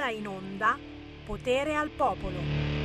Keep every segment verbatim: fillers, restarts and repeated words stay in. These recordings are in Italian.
ora in onda Potere al Popolo.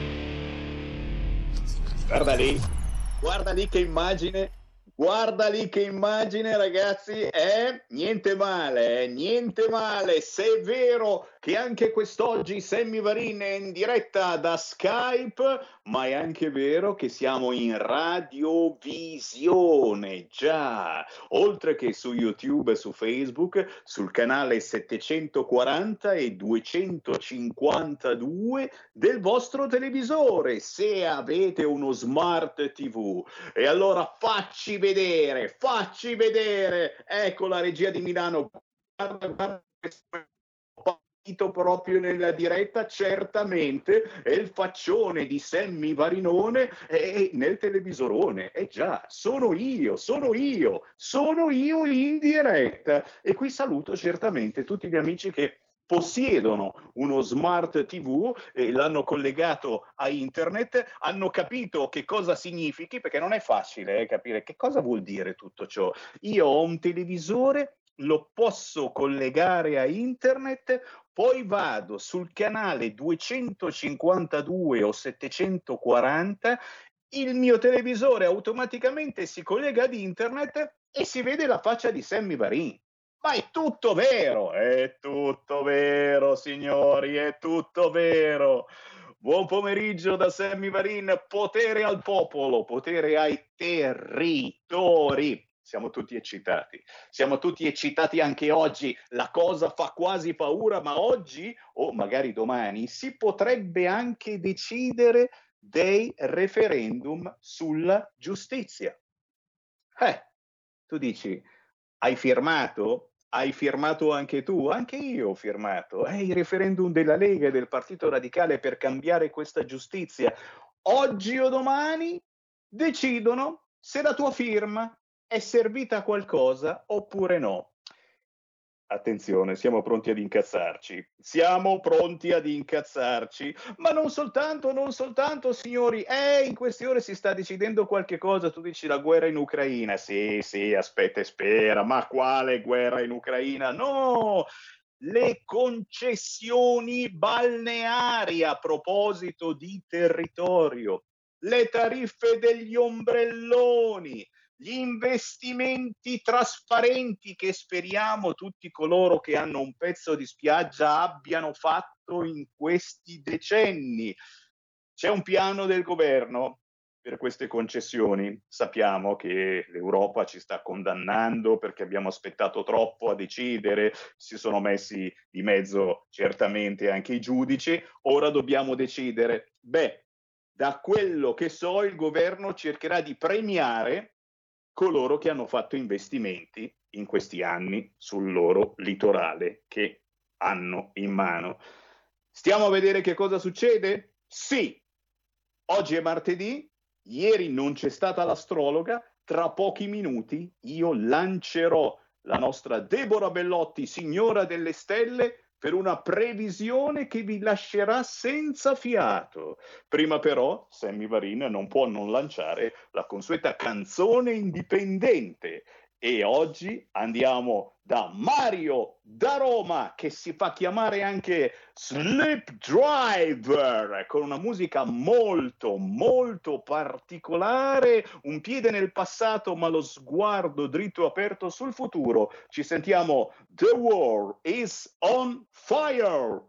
Guarda lì, guarda lì che immagine, guarda lì che immagine ragazzi, è niente male, eh? Niente male, se è vero che anche quest'oggi Sammy Varin è in diretta da Skype, ma è anche vero che siamo in radiovisione, già, oltre che su YouTube e su Facebook, sul canale settecentoquaranta e duecentocinquantadue del vostro televisore, se avete uno smart tivù. E allora facci vedere, facci vedere, ecco la regia di Milano, guarda, guarda, proprio nella diretta, certamente è il faccione di Sammy Varinone e nel televisorone, e eh già, sono io, sono io, sono io in diretta. E qui saluto certamente tutti gli amici che possiedono uno smart tivù e l'hanno collegato a internet, hanno capito che cosa significhi, perché non è facile eh, capire che cosa vuol dire tutto ciò. Io ho un televisore, lo posso collegare a internet, poi vado sul canale duecentocinquantadue o settecentoquaranta, il mio televisore automaticamente si collega ad internet e si vede la faccia di Sammy Varin. Ma è tutto vero, è tutto vero signori, è tutto vero. Buon pomeriggio da Sammy Varin, potere al popolo, potere ai territori. Siamo tutti eccitati, siamo tutti eccitati anche oggi, la cosa fa quasi paura, ma oggi, o magari domani, si potrebbe anche decidere dei referendum sulla giustizia. Eh, tu dici, hai firmato? Hai firmato anche tu? Anche io ho firmato. È il referendum della Lega e del Partito Radicale per cambiare questa giustizia. Oggi o domani decidono se la tua firma è servita a qualcosa oppure no. Attenzione, siamo pronti ad incazzarci, siamo pronti ad incazzarci, ma non soltanto, non soltanto signori, eh, in queste ore si sta decidendo qualche cosa, tu dici la guerra in Ucraina, sì, sì, aspetta e spera, ma quale guerra in Ucraina? No! Le concessioni balneari a proposito di territorio, le tariffe degli ombrelloni, gli investimenti trasparenti che speriamo tutti coloro che hanno un pezzo di spiaggia abbiano fatto in questi decenni. C'è un piano del governo per queste concessioni. Sappiamo che l'Europa ci sta condannando perché abbiamo aspettato troppo a decidere, si sono messi di mezzo certamente anche i giudici, ora dobbiamo decidere. Beh, da quello che so il governo cercherà di premiare coloro che hanno fatto investimenti in questi anni sul loro litorale che hanno in mano. Stiamo a vedere che cosa succede? Sì, oggi è martedì, ieri non c'è stata l'astrologa, tra pochi minuti io lancerò la nostra Deborah Bellotti, signora delle stelle, per una previsione che vi lascerà senza fiato. Prima però Sammy Varin non può non lanciare la consueta canzone indipendente e oggi andiamo da Mario da Roma, che si fa chiamare anche Sleep Driver, con una musica molto molto particolare, un piede nel passato ma lo sguardo dritto aperto sul futuro. Ci sentiamo The World is on Fire.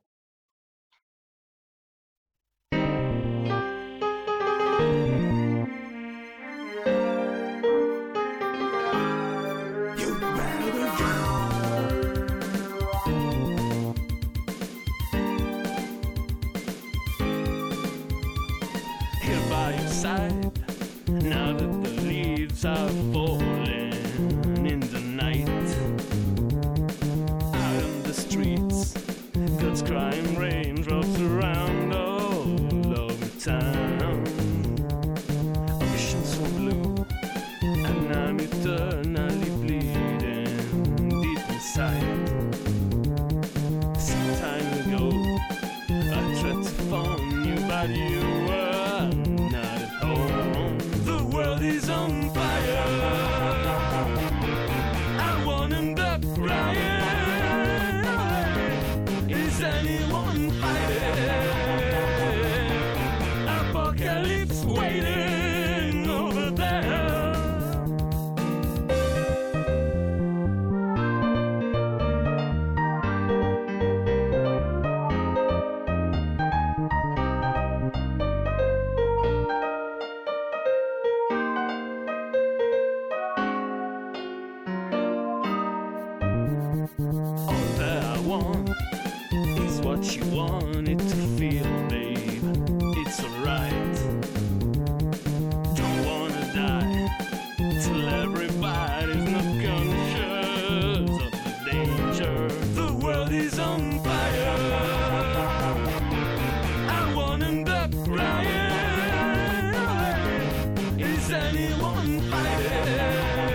Now that the leaves are falling in the night, out on the streets, God's crying raindrops around all over town. Oceans so blue, and I'm eternally bleeding deep inside. Some time ago, I tried to phone you, but you were not at home. The world is on fire. I want him to cry. Is anyone fire? want it to feel, babe, it's alright. Don't wanna die till everybody's not conscious of the danger. The world is on fire. I won't end up crying. Is anyone fighting?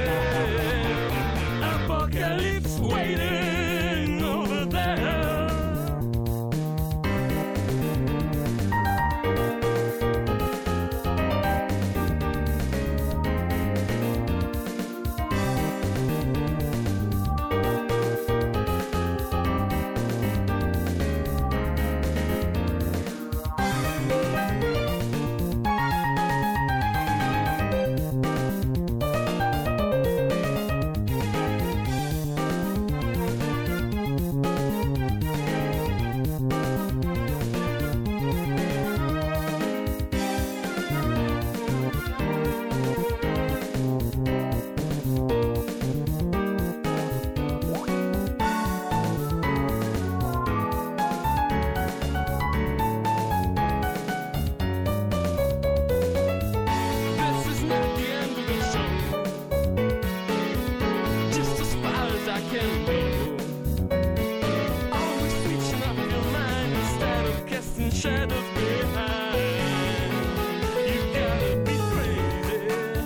Apocalypse waiting over there. This is not the end of the show. Just as far as I can go. Always switching up your mind instead of casting shadows behind. You gotta be crazy.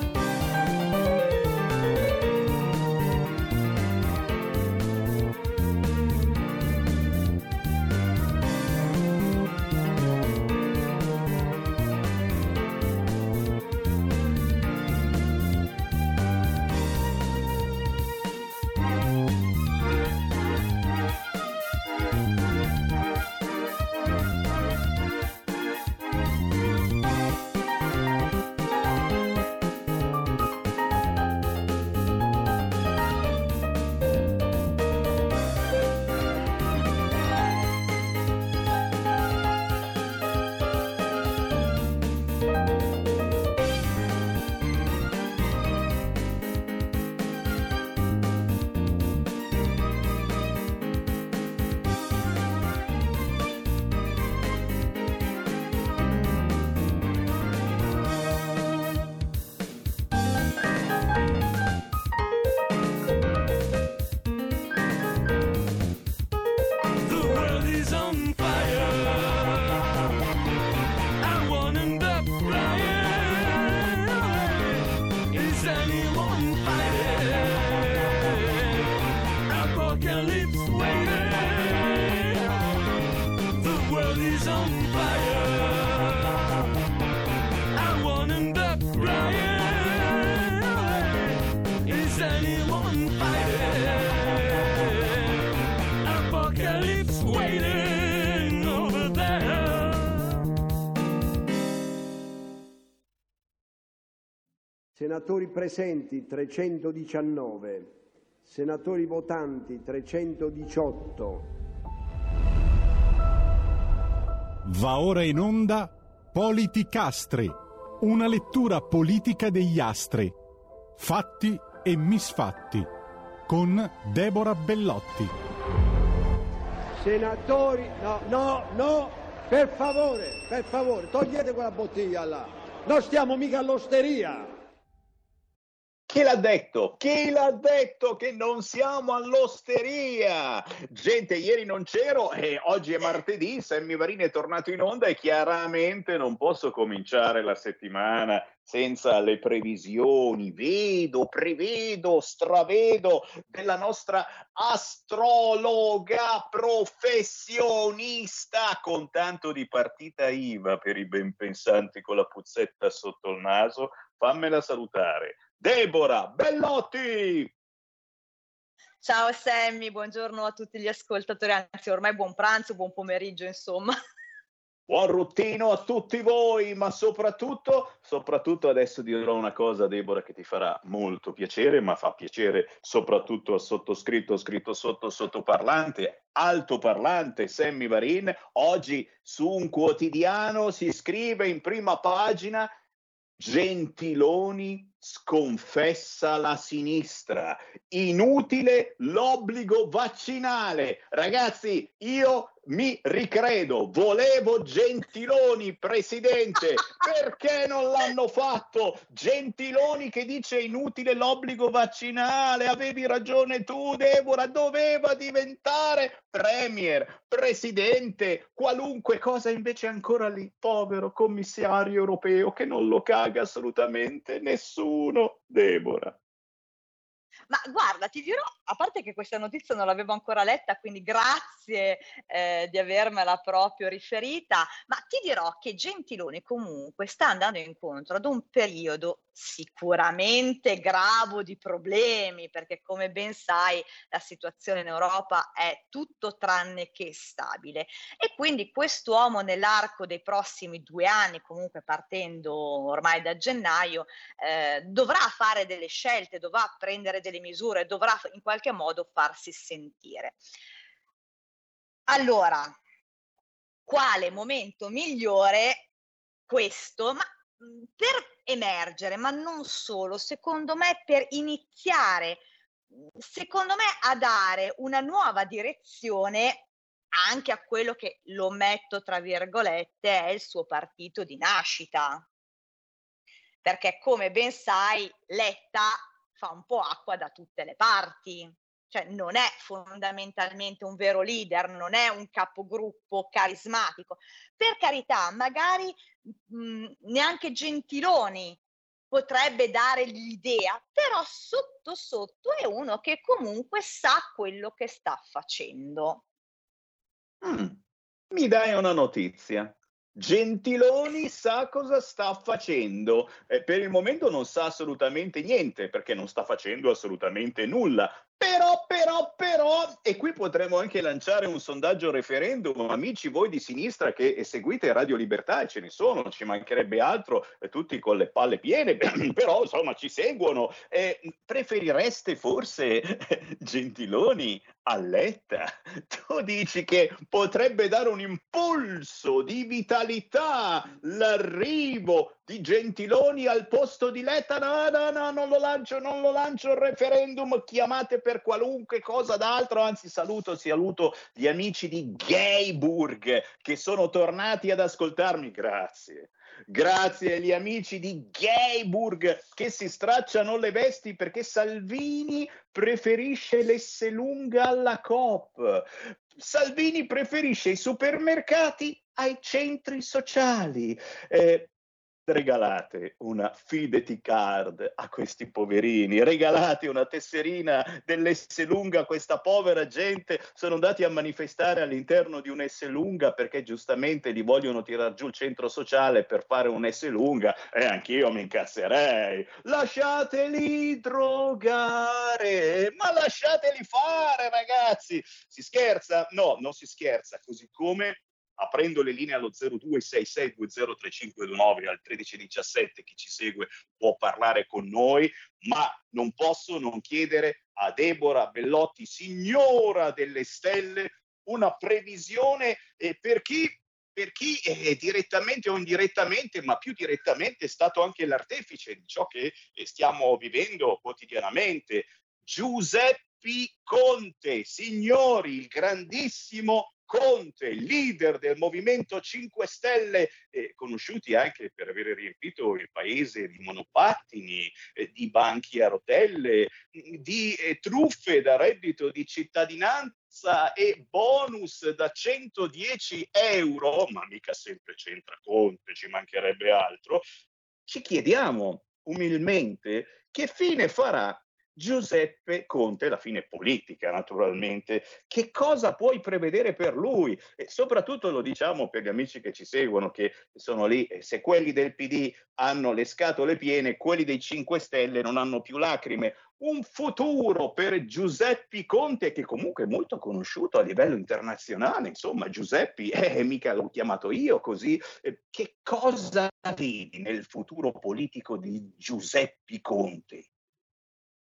The world is on fire. I won't end up crying. Is anyone fighting? Apocalypse waiting. The world is on fire. I won't end up crying. Is anyone fighting? Apocalypse waiting over there. Senatori presenti trecentodiciannove, senatori votanti trecentodiciotto. Va ora in onda Politicastri, una lettura politica degli astri, fatti e misfatti, con Deborah Bellotti. Senatori, no, no, no, per favore, per favore, togliete quella bottiglia là. Non stiamo mica all'osteria. Chi l'ha detto? Chi l'ha detto che non siamo all'osteria? Gente, ieri non c'ero e oggi è martedì, Sammy Varin è tornato in onda e chiaramente non posso cominciare la settimana senza le previsioni. Vedo, prevedo, stravedo della nostra astrologa professionista con tanto di partita I V A per i ben pensanti con la puzzetta sotto il naso. Fammela salutare. Deborah Bellotti! Ciao Sammy, buongiorno a tutti gli ascoltatori, anzi ormai buon pranzo, buon pomeriggio insomma. Buon ruttino a tutti voi, ma soprattutto, soprattutto adesso dirò una cosa, Deborah, che ti farà molto piacere, ma fa piacere soprattutto al sottoscritto, scritto sotto sottoparlante, altoparlante Sammy Varin. Oggi su un quotidiano si scrive in prima pagina: Gentiloni sconfessa la sinistra, inutile l'obbligo vaccinale. Ragazzi, io mi ricredo, volevo Gentiloni presidente, perché non l'hanno fatto? Gentiloni che dice inutile l'obbligo vaccinale, avevi ragione tu Deborah, doveva diventare premier, presidente, qualunque cosa, invece ancora lì, povero commissario europeo che non lo caga assolutamente nessuno, Deborah. Ma guarda, ti dirò, a parte che questa notizia non l'avevo ancora letta, quindi grazie eh, di avermela proprio riferita, ma ti dirò che Gentiloni comunque sta andando incontro ad un periodo sicuramente gravo di problemi, perché come ben sai la situazione in Europa è tutto tranne che stabile, e quindi quest'uomo nell'arco dei prossimi due anni, comunque partendo ormai da gennaio, eh, dovrà fare delle scelte, dovrà prendere delle misure, dovrà in qualche modo farsi sentire. Allora, quale momento migliore questo, ma per emergere, ma non solo, secondo me per iniziare, secondo me a dare una nuova direzione anche a quello che, lo metto tra virgolette, è il suo partito di nascita. Perché come ben sai Letta fa un po' acqua da tutte le parti, cioè non è fondamentalmente un vero leader, non è un capogruppo carismatico. Per carità, magari mh, neanche Gentiloni potrebbe dare l'idea, però sotto sotto è uno che comunque sa quello che sta facendo. Mm, mi dai una notizia. Gentiloni sa cosa sta facendo. Eh, per il momento non sa assolutamente niente, perché non sta facendo assolutamente nulla. Però, però, però, e qui potremmo anche lanciare un sondaggio referendum, amici voi di sinistra che seguite Radio Libertà, e ce ne sono, ci mancherebbe altro, eh, tutti con le palle piene, però insomma ci seguono. Eh, preferireste forse Gentiloni a Letta? Tu dici che potrebbe dare un impulso di vitalità l'arrivo di Gentiloni al posto di Letta? No, no, no, non lo lancio, non lo lancio il referendum, chiamate per qualunque cosa d'altro, anzi saluto, saluto gli amici di Gayburg che sono tornati ad ascoltarmi, grazie. Grazie agli amici di Gayburg che si stracciano le vesti perché Salvini preferisce l'Esselunga alla Coop. Salvini preferisce i supermercati ai centri sociali. Eh, regalate una Fideti Card a questi poverini, regalate una tesserina dell'Esselunga a questa povera gente. Sono andati a manifestare all'interno di un Esselunga perché giustamente li vogliono tirar giù il centro sociale per fare un Esselunga, e eh, anch'io mi incazserei. Lasciateli drogare, ma lasciateli fare, ragazzi. Si scherza? No, non si scherza, così come aprendo le linee allo zero due sei sei due zero tre cinque due nove al tredici diciassette, chi ci segue può parlare con noi, ma non posso non chiedere a Deborah Bellotti, signora delle stelle, una previsione eh, per chi, per chi eh, direttamente o indirettamente, ma più direttamente è stato anche l'artefice di ciò che eh, stiamo vivendo quotidianamente. Giuseppe Conte, signori, il grandissimo Conte, leader del Movimento cinque Stelle, eh, conosciuti anche per aver riempito il paese di monopattini, eh, di banchi a rotelle, di eh, truffe da reddito di cittadinanza e bonus da centodieci euro, ma mica sempre c'entra Conte, ci mancherebbe altro. Ci chiediamo umilmente che fine farà Giuseppe Conte, la fine politica naturalmente, che cosa puoi prevedere per lui? E soprattutto lo diciamo per gli amici che ci seguono, che sono lì, se quelli del P D hanno le scatole piene, quelli dei cinque Stelle non hanno più lacrime. Un futuro per Giuseppe Conte, che comunque è molto conosciuto a livello internazionale, insomma Giuseppe, eh, mica l'ho chiamato io così. Eh, che cosa vedi nel futuro politico di Giuseppe Conte?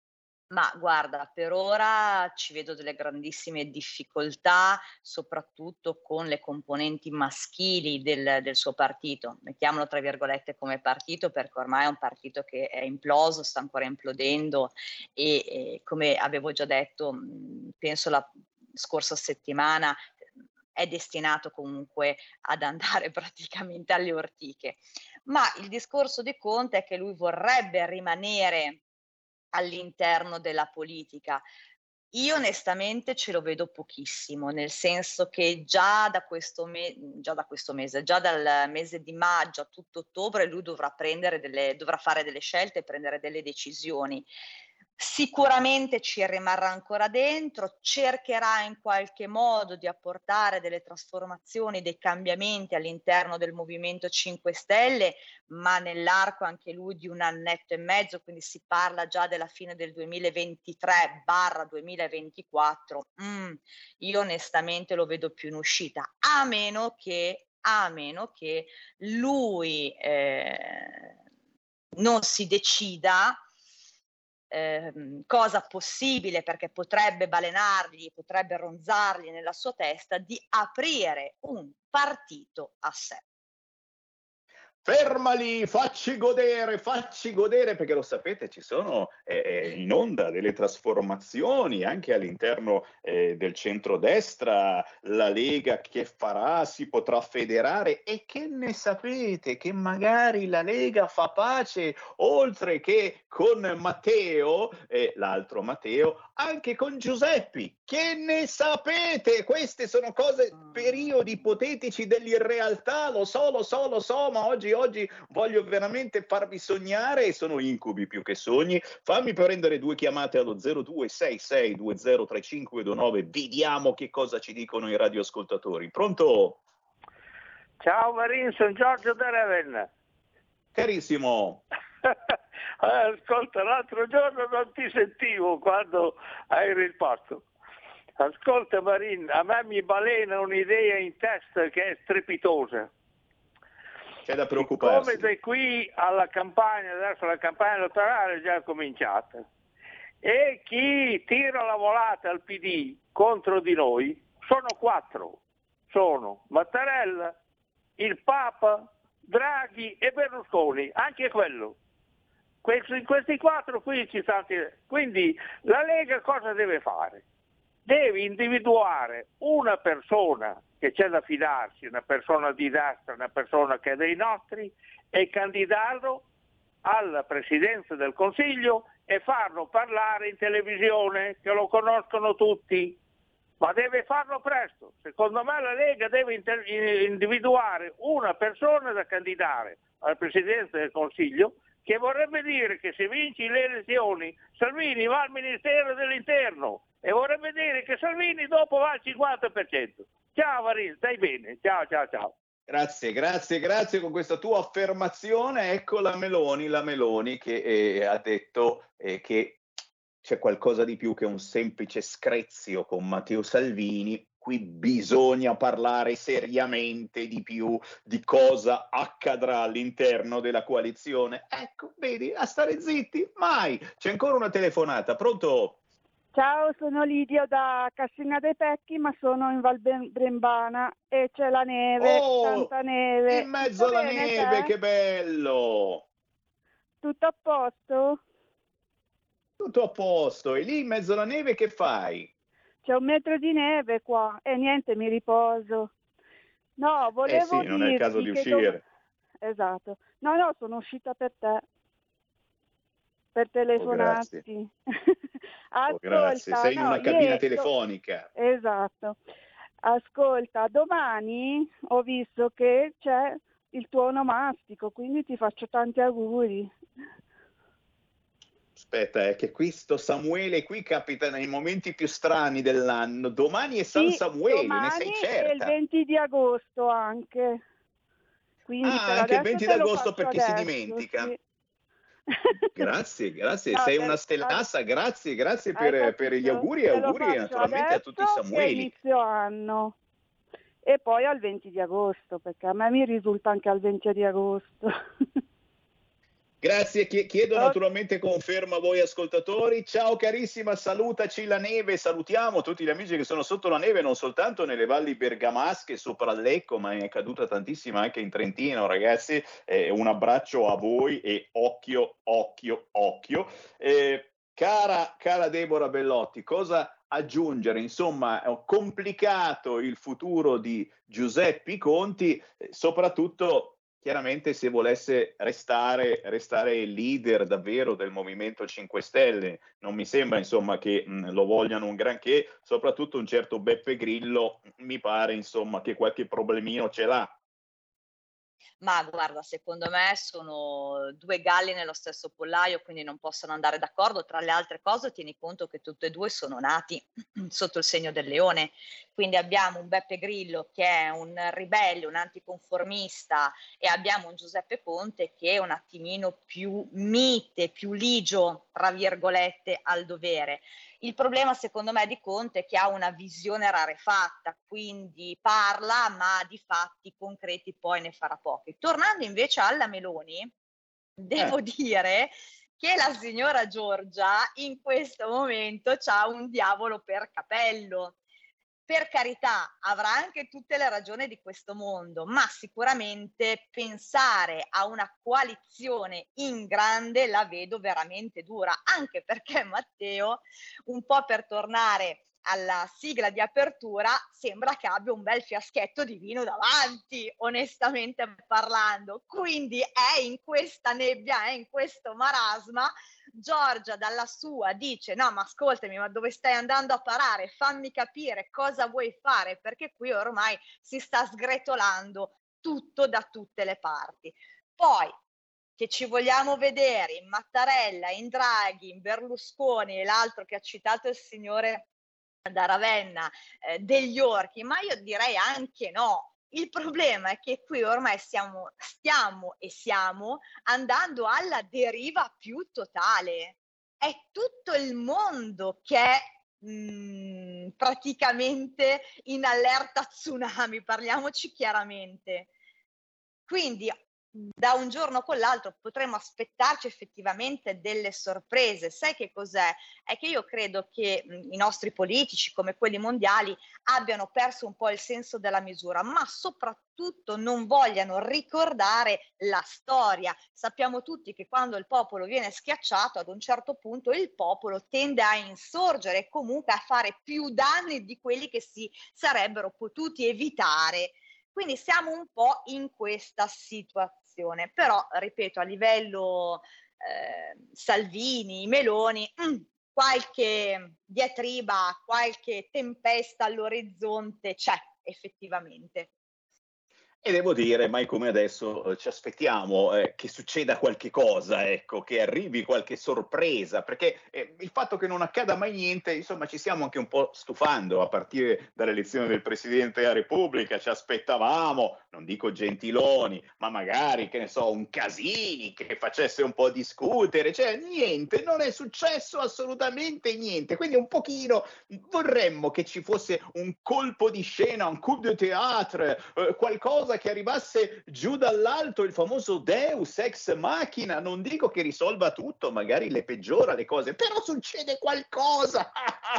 Ma guarda, per ora ci vedo delle grandissime difficoltà, soprattutto con le componenti maschili del del suo partito. Mettiamolo tra virgolette come partito, perché ormai è un partito che è imploso, sta ancora implodendo e, e come avevo già detto, mh, penso la scorsa settimana, è destinato comunque ad andare praticamente alle ortiche. Ma il discorso di Conte è che lui vorrebbe rimanere all'interno della politica. Io onestamente ce lo vedo pochissimo, nel senso che già da questo me già da questo mese, già dal mese di maggio a tutto ottobre lui dovrà prendere delle dovrà fare delle scelte e prendere delle decisioni. Sicuramente ci rimarrà ancora dentro, cercherà in qualche modo di apportare delle trasformazioni, dei cambiamenti all'interno del Movimento cinque Stelle, ma nell'arco anche lui di un annetto e mezzo, quindi si parla già della fine del duemilaventitré duemilaventiquattro. Mh, io onestamente lo vedo più in uscita, a meno che a meno che lui, ehm, non si decida, ehm, cosa possibile, perché potrebbe balenargli, potrebbe ronzargli nella sua testa, di aprire un partito a sé. Fermali, facci godere, facci godere, perché lo sapete ci sono eh, in onda delle trasformazioni anche all'interno eh, del centrodestra, la Lega che farà, si potrà federare e che ne sapete che magari la Lega fa pace oltre che con Matteo, eh, l'altro Matteo, anche con Giuseppi, che ne sapete? Queste sono cose, periodi ipotetici dell'irrealtà, lo so, lo so, lo so, ma oggi oggi voglio veramente farvi sognare e sono incubi più che sogni. Fammi prendere due chiamate allo zero due sei sei due zero tre cinque due nove, vediamo che cosa ci dicono i radioascoltatori. Pronto? Ciao Marin, sono Giorgio da Ravenna. Carissimo. Ascolta, l'altro giorno non ti sentivo quando hai risposto. Ascolta Marin, a me mi balena un'idea in testa che è strepitosa. C'è da preoccuparsi. Come da qui alla campagna, adesso la campagna elettorale è già cominciata, e chi tira la volata al P D contro di noi sono quattro. Sono Mattarella, il Papa, Draghi e Berlusconi, anche quello. Questi, questi quattro qui ci stanno. Quindi la Lega cosa deve fare? Deve individuare una persona che c'è da fidarsi, una persona di destra, una persona che è dei nostri, e candidarlo alla presidenza del Consiglio e farlo parlare in televisione, che lo conoscono tutti. Ma deve farlo presto. Secondo me la Lega deve inter- individuare una persona da candidare alla presidenza del Consiglio, che vorrebbe dire che se vinci le elezioni Salvini va al Ministero dell'Interno, e vorrebbe dire che Salvini dopo va al cinquanta per cento. Ciao Marin, stai bene? Ciao, ciao, ciao. Grazie, grazie, grazie con questa tua affermazione. Ecco la Meloni, la Meloni che eh, ha detto eh, che c'è qualcosa di più che un semplice screzio con Matteo Salvini. Qui bisogna parlare seriamente di più di cosa accadrà all'interno della coalizione. Ecco, vedi, a stare zitti, mai. C'è ancora una telefonata, pronto? Ciao, sono Lidia da Cassina dei Pecchi, ma sono in Val Brembana e c'è la neve, Oh, tanta neve. in mezzo Tutto alla bene, neve, te? che bello! Tutto a posto? Tutto a posto. E lì in mezzo alla neve che fai? C'è un metro di neve qua e niente, mi riposo. No, volevo Eh sì, non è il caso di dirti che uscire. dov- Esatto. No, no, sono uscita per te, per Oh, telefonarti. grazie. Ascolta, Oh, grazie. Sei in no, una cabina ieri- telefonica. Esatto. Ascolta, domani ho visto che c'è il tuo onomastico, quindi ti faccio tanti auguri. Aspetta, è che qui sto Samuele qui capita nei momenti più strani dell'anno. Domani è San Sì, Samuele, ne sei domani e il certa? venti di agosto anche. Quindi Ah, per anche il adesso venti te lo d'agosto faccio perché si adesso, dimentica. sì. Grazie, grazie. No, Sei te- una stellassa, grazie, grazie hai per, per gli capito? auguri e Te lo auguri faccio naturalmente a tutti i adesso che è Samueli. inizio anno. E poi al venti di agosto, perché a me mi risulta anche al venti di agosto. Grazie, chie- chiedo Oh, naturalmente conferma a voi ascoltatori. Ciao carissima, salutaci la neve, salutiamo tutti gli amici che sono sotto la neve, non soltanto nelle valli bergamasche sopra il Lecco, ma è caduta tantissima anche in Trentino, ragazzi. Eh, un abbraccio a voi e occhio, occhio, occhio. Eh, cara, cara Deborah Bellotti, cosa aggiungere? Insomma, è complicato il futuro di Giuseppe Conti, eh, soprattutto chiaramente se volesse restare, restare il leader davvero del Movimento cinque Stelle. Non mi sembra insomma che mh, lo vogliano un granché, soprattutto un certo Beppe Grillo mi pare insomma che qualche problemino ce l'ha. Ma guarda, secondo me sono due galli nello stesso pollaio, quindi non possono andare d'accordo. Tra le altre cose, tieni conto che tutti e due sono nati sotto il segno del leone. Quindi abbiamo un Beppe Grillo che è un ribelle, un anticonformista, e abbiamo un Giuseppe Conte che è un attimino più mite, più ligio, tra virgolette, al dovere. Il problema secondo me di Conte è che ha una visione rarefatta, quindi parla ma di fatti concreti poi ne farà pochi. Tornando invece alla Meloni, devo Eh, dire che la signora Giorgia in questo momento c'ha un diavolo per capello. Per carità, avrà anche tutte le ragioni di questo mondo, ma sicuramente pensare a una coalizione in grande la vedo veramente dura, anche perché Matteo, un po' per tornare alla sigla di apertura, sembra che abbia un bel fiaschetto di vino davanti, onestamente parlando. Quindi è in questa nebbia, è in questo marasma. Giorgia dalla sua dice: no, ma ascoltami, ma dove stai andando a parare? Fammi capire cosa vuoi fare, perché qui ormai si sta sgretolando tutto da tutte le parti. Poi che ci vogliamo vedere in Mattarella, in Draghi, in Berlusconi e l'altro che ha citato il signore da Ravenna, eh, degli orchi, ma io direi anche no. Il problema è che qui ormai stiamo, stiamo e siamo andando alla deriva più totale. È tutto il mondo che è mh, praticamente in allerta tsunami, parliamoci chiaramente. Quindi da un giorno con l'altro potremmo aspettarci effettivamente delle sorprese. Sai che cos'è? È che io credo che mh, i nostri politici, come quelli mondiali, abbiano perso un po' il senso della misura, ma soprattutto non vogliano ricordare la storia. Sappiamo tutti che quando il popolo viene schiacciato, ad un certo punto il popolo tende a insorgere e comunque a fare più danni di quelli che si sarebbero potuti evitare. Quindi siamo un po' in questa situazione, però ripeto, a livello eh, Salvini, Meloni, mh, qualche diatriba, qualche tempesta all'orizzonte c'è effettivamente. E devo dire, mai come adesso, eh, ci aspettiamo eh, che succeda qualche cosa, ecco, che arrivi qualche sorpresa, perché eh, il fatto che non accada mai niente, insomma, ci stiamo anche un po' stufando, a partire dall'elezione del Presidente della Repubblica, ci aspettavamo, non dico Gentiloni, ma magari, che ne so, un Casini che facesse un po' discutere, cioè niente, non è successo assolutamente niente, quindi un pochino vorremmo che ci fosse un colpo di scena, un coup de théâtre, eh, qualcosa che arrivasse giù dall'alto, il famoso Deus ex machina. Non dico che risolva tutto, magari le peggiora le cose, però succede qualcosa.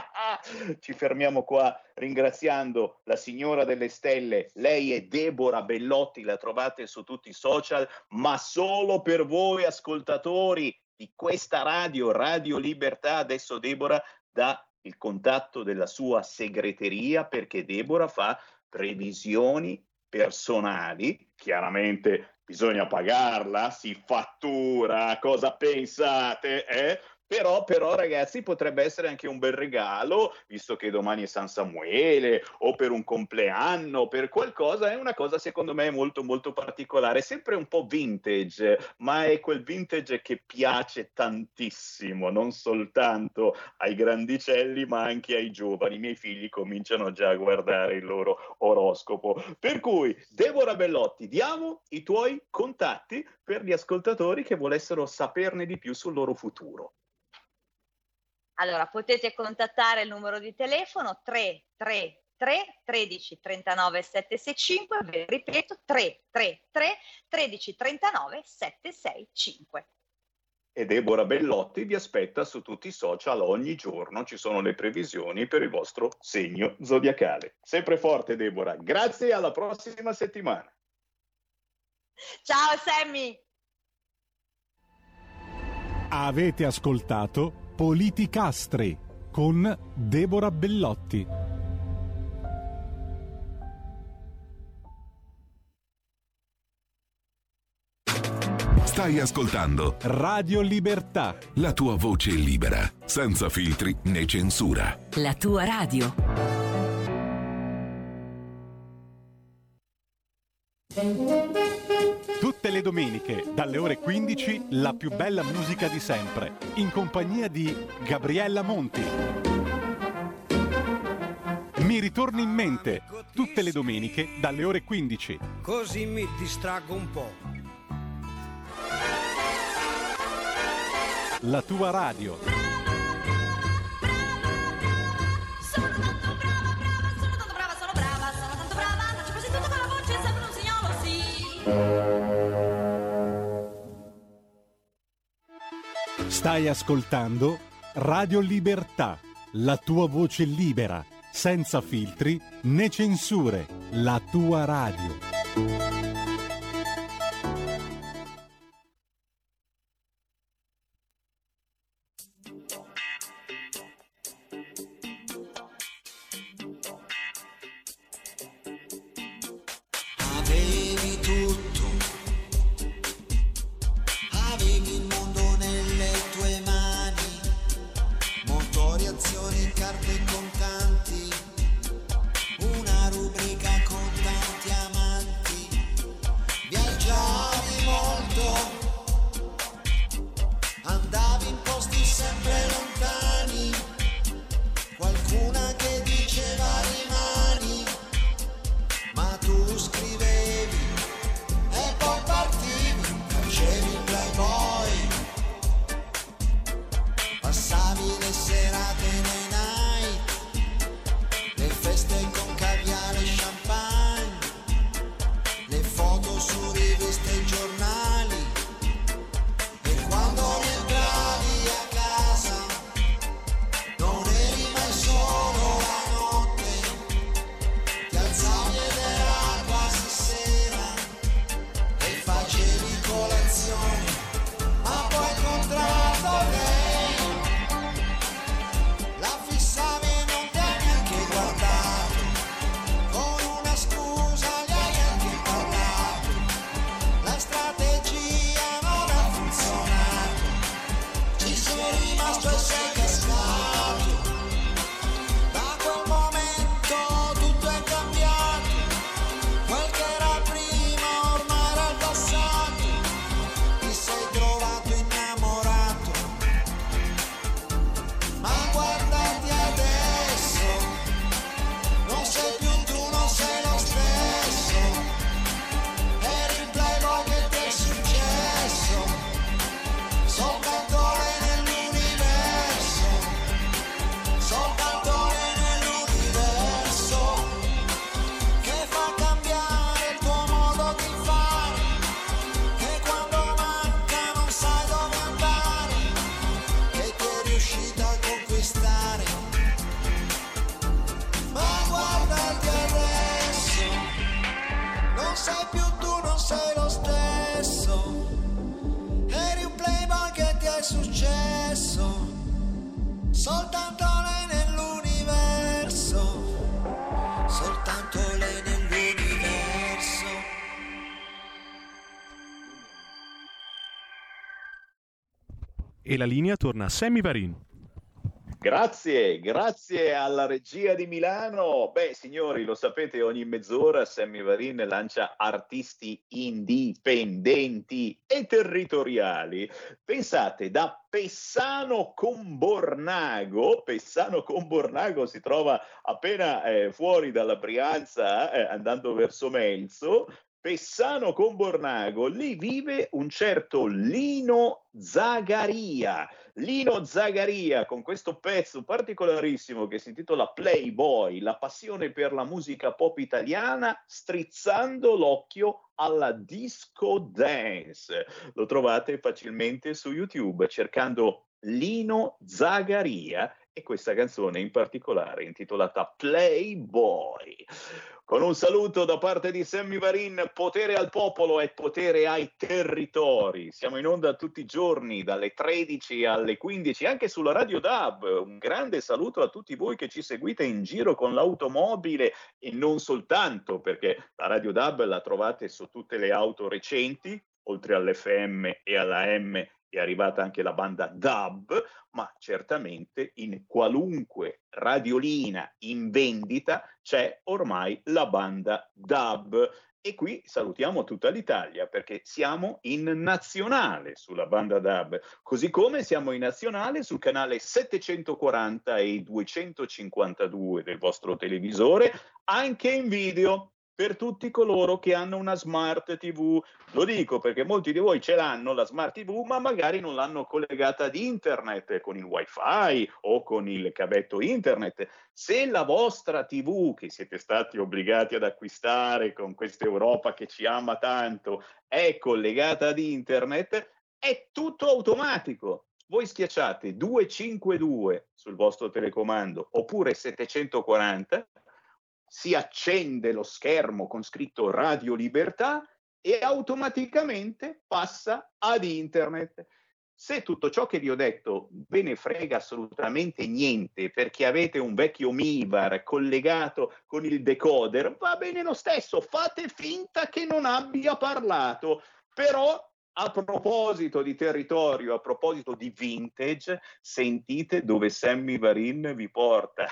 Ci fermiamo qua ringraziando la signora delle stelle. Lei è Deborah Bellotti, la trovate su tutti i social, ma solo per voi ascoltatori di questa radio, Radio Libertà. Adesso Deborah dà il contatto della sua segreteria, perché Deborah fa previsioni personali. Chiaramente bisogna pagarla, si fattura, cosa pensate? Eh? Però, però ragazzi, potrebbe essere anche un bel regalo, visto che domani è San Samuele, o per un compleanno, per qualcosa. È una cosa secondo me molto molto particolare, sempre un po' vintage, ma è quel vintage che piace tantissimo, non soltanto ai grandicelli ma anche ai giovani. I miei figli cominciano già a guardare il loro oroscopo. Per cui, Deborah Bellotti, diamo i tuoi contatti per gli ascoltatori che volessero saperne di più sul loro futuro. Allora, potete contattare il numero di telefono tre tre tre tredici trentanove settecentosessantacinque, ve ripeto tre tre tre tredici trentanove settecentosessantacinque. e Deborah Bellotti vi aspetta su tutti i social ogni giorno, ci sono le previsioni per il vostro segno zodiacale. Sempre forte Deborah, grazie e alla prossima settimana. Ciao Sammy! Avete ascoltato Politicastri con Deborah Bellotti. Stai ascoltando Radio Libertà, la tua voce libera, senza filtri né censura. La tua radio. tutte le domeniche dalle ore quindici la più bella musica di sempre, in compagnia di Gabriella Monti. Mi ritorni in mente, tutte le domeniche dalle ore quindici. Così mi distraggo un po'. La tua radio. Sono tanto brava, brava, sono tanto brava, sono brava, sono tanto brava, faccio quasi tutto con la voce, sembra un signolo, sì. Stai ascoltando Radio Libertà, la tua voce libera, senza filtri né censure, la tua radio. Avevi tutto, avevi il mondo nelle tue mani, motori, azioni, carte e contanti, una rubrica con tanti amanti, viaggiavi molto, andavi in posti sempre lontani, qualcuna che diceva rimani, ma tu scrivevi e poi partivi, facevi il playboy, passavi le serate nei night, le feste con caviale e champagne, le foto su riviste e giornali, e quando rientravi a casa non eri mai solo la notte, ti alzavi ed era quasi sera e facevi colazione, ma poi incontrato lei, la fissavi e non ti hai neanche guardato, con una scusa gli hai anche parlato, la strategia non ha funzionato, ci sei rimasto e sei cascato, da quel momento tutto è cambiato, quel che era prima ormai era il passato, ti sei trovato innamorato, ma guardati adesso, non sei più tu, non sei lo stesso, eri il playboy che ti è successo, soltanto lei nell'universo, soltanto lei nell'universo, che fa cambiare il tuo modo di fare, che quando manca non sai dove andare, che ti è riuscita a conquistare, ma guardati adesso, non sei più tu, non sei lo stesso, eri un playboy che ti è successo, soltanto lei nell'universo, soltanto lei nell'universo. E la linea torna a Sammy Varin. Grazie, grazie alla regia di Milano. Beh, signori, lo sapete, ogni mezz'ora Sammy Varin lancia artisti indipendenti e territoriali. Pensate, da Pessano Combornago, Pessano Combornago si trova appena eh, fuori dalla Brianza, eh, andando verso Melzo, Pessano con Bornago, lì vive un certo Lino Zagaria. Lino Zagaria con questo pezzo particolarissimo che si intitola Playboy, la passione per la musica pop italiana, strizzando l'occhio alla disco dance. Lo trovate facilmente su YouTube cercando Lino Zagaria e questa canzone in particolare intitolata Playboy. Con un saluto da parte di Sammy Varin, potere al popolo e potere ai territori. Siamo in onda tutti i giorni dalle tredici alle quindici, anche sulla Radio D A B. Un grande saluto a tutti voi che ci seguite in giro con l'automobile e non soltanto, perché la Radio D A B la trovate su tutte le auto recenti, oltre all'F M e alla A M è arrivata anche la banda D A B, ma certamente in qualunque radiolina in vendita c'è ormai la banda D A B. E qui salutiamo tutta l'Italia perché siamo in nazionale sulla banda D A B, così come siamo in nazionale sul canale settecentoquaranta e duecentocinquantadue del vostro televisore, anche in video per tutti coloro che hanno una smart tivù. Lo dico perché molti di voi ce l'hanno la smart tivù, ma magari non l'hanno collegata ad internet con il wifi o con il cavetto internet. Se la vostra tivù, che siete stati obbligati ad acquistare con questa Europa che ci ama tanto, è collegata ad internet, è tutto automatico. Voi schiacciate duecentocinquantadue sul vostro telecomando oppure settecentoquaranta, si accende lo schermo con scritto Radio Libertà e automaticamente passa ad internet. Se tutto ciò che vi ho detto ve ne frega assolutamente niente perché avete un vecchio Mivar collegato con il decoder, va bene lo stesso, fate finta che non abbia parlato. Però a proposito di territorio, a proposito di vintage, sentite dove Sammy Varin vi porta.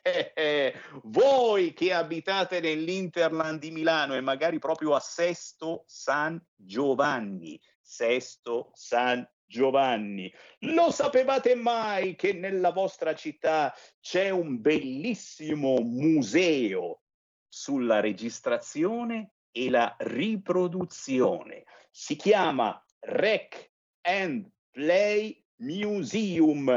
Voi che abitate nell'Interland di Milano e magari proprio a Sesto San Giovanni, Sesto San Giovanni, lo sapevate mai che nella vostra città c'è un bellissimo museo sulla registrazione e la riproduzione? Si chiama Rec and Play Museum.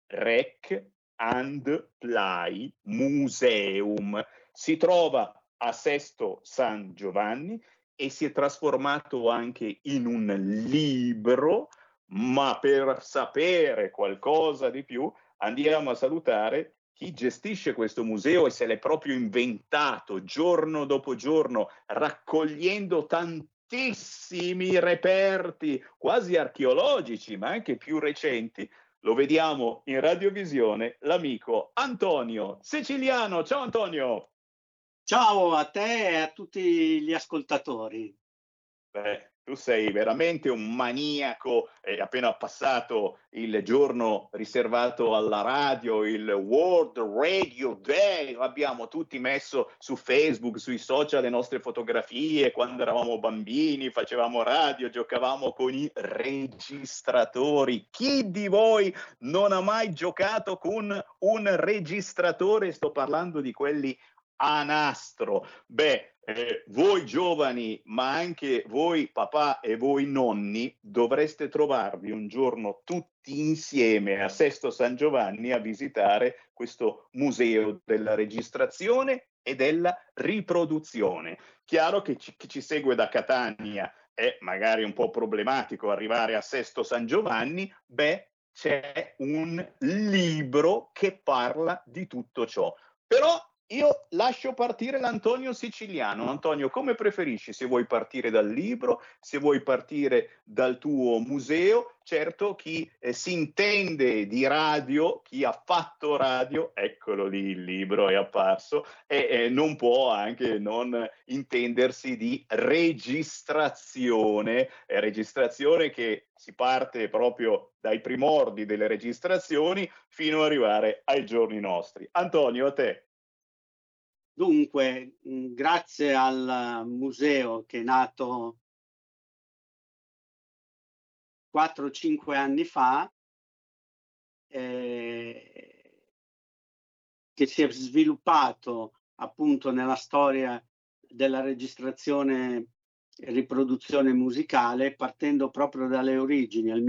Rec and Play Museum. Si trova a Sesto San Giovanni e si è trasformato anche in un libro, ma per sapere qualcosa di più andiamo a salutare chi gestisce questo museo e se l'è proprio inventato giorno dopo giorno, raccogliendo tantissimi reperti quasi archeologici, ma anche più recenti. Lo vediamo in radiovisione, l'amico Antonio Siciliano. Ciao Antonio! Ciao a te e a tutti gli ascoltatori. Beh, tu sei veramente un maniaco, è appena passato il giorno riservato alla radio, il World Radio Day, abbiamo tutti messo su Facebook, sui social le nostre fotografie, quando eravamo bambini, facevamo radio, giocavamo con i registratori. Chi di voi non ha mai giocato con un registratore? Sto parlando di quelli a nastro. Beh, eh, voi giovani, ma anche voi papà e voi nonni, dovreste trovarvi un giorno tutti insieme a Sesto San Giovanni a visitare questo museo della registrazione e della riproduzione. Chiaro che ci, chi ci segue da Catania è magari un po' problematico arrivare a Sesto San Giovanni, beh, c'è un libro che parla di tutto ciò. Però io lascio partire l'Antonio Siciliano. Antonio, come preferisci? Se vuoi partire dal libro, se vuoi partire dal tuo museo. Certo, chi eh, si intende di radio, chi ha fatto radio, eccolo lì il libro è apparso, e eh, non può anche non intendersi di registrazione, eh, registrazione che si parte proprio dai primordi delle registrazioni fino ad arrivare ai giorni nostri. Antonio, a te. Dunque, mh, grazie al museo che è nato quattro cinque anni fa, eh, che si è sviluppato appunto nella storia della registrazione riproduzione musicale, partendo proprio dalle origini, al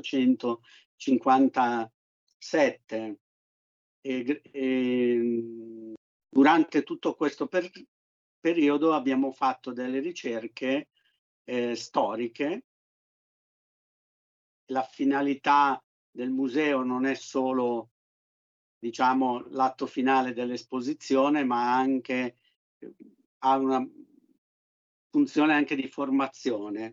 milleottocentocinquantasette. E, e, durante tutto questo per, periodo abbiamo fatto delle ricerche eh, storiche. La finalità del museo non è solo, diciamo, l'atto finale dell'esposizione, ma anche eh, ha una funzione anche di formazione.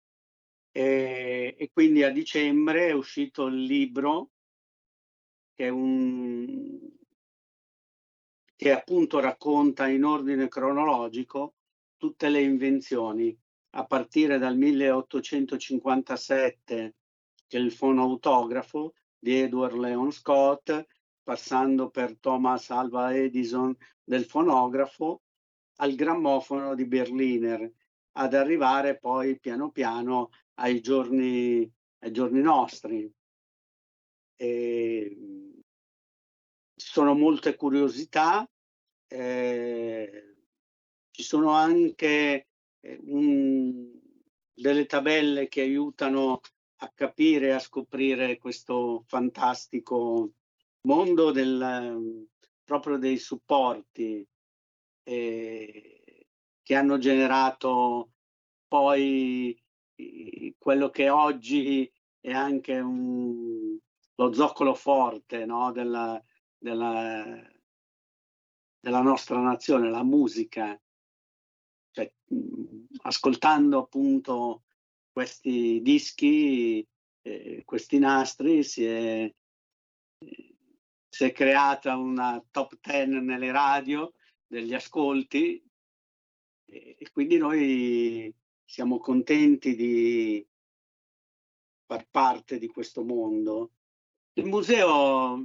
E, e quindi a dicembre è uscito il libro che è un che appunto racconta in ordine cronologico tutte le invenzioni, a partire dal milleottocentocinquantasette, che è il fonoautografo di Edward Leon Scott, passando per Thomas Alva Edison del fonografo, al grammofono di Berliner, ad arrivare poi piano piano ai giorni, ai giorni nostri. E ci sono molte curiosità, eh, ci sono anche eh, un, delle tabelle che aiutano a capire e a scoprire questo fantastico mondo del, proprio dei supporti eh, che hanno generato poi eh, quello che oggi è anche un, lo zoccolo forte, no? della, della, della nostra nazione, la musica. Cioè, mh, ascoltando appunto questi dischi, eh, questi nastri, si è, eh, si è creata una top ten nelle radio degli ascolti e, e quindi noi siamo contenti di far parte di questo mondo. Il museo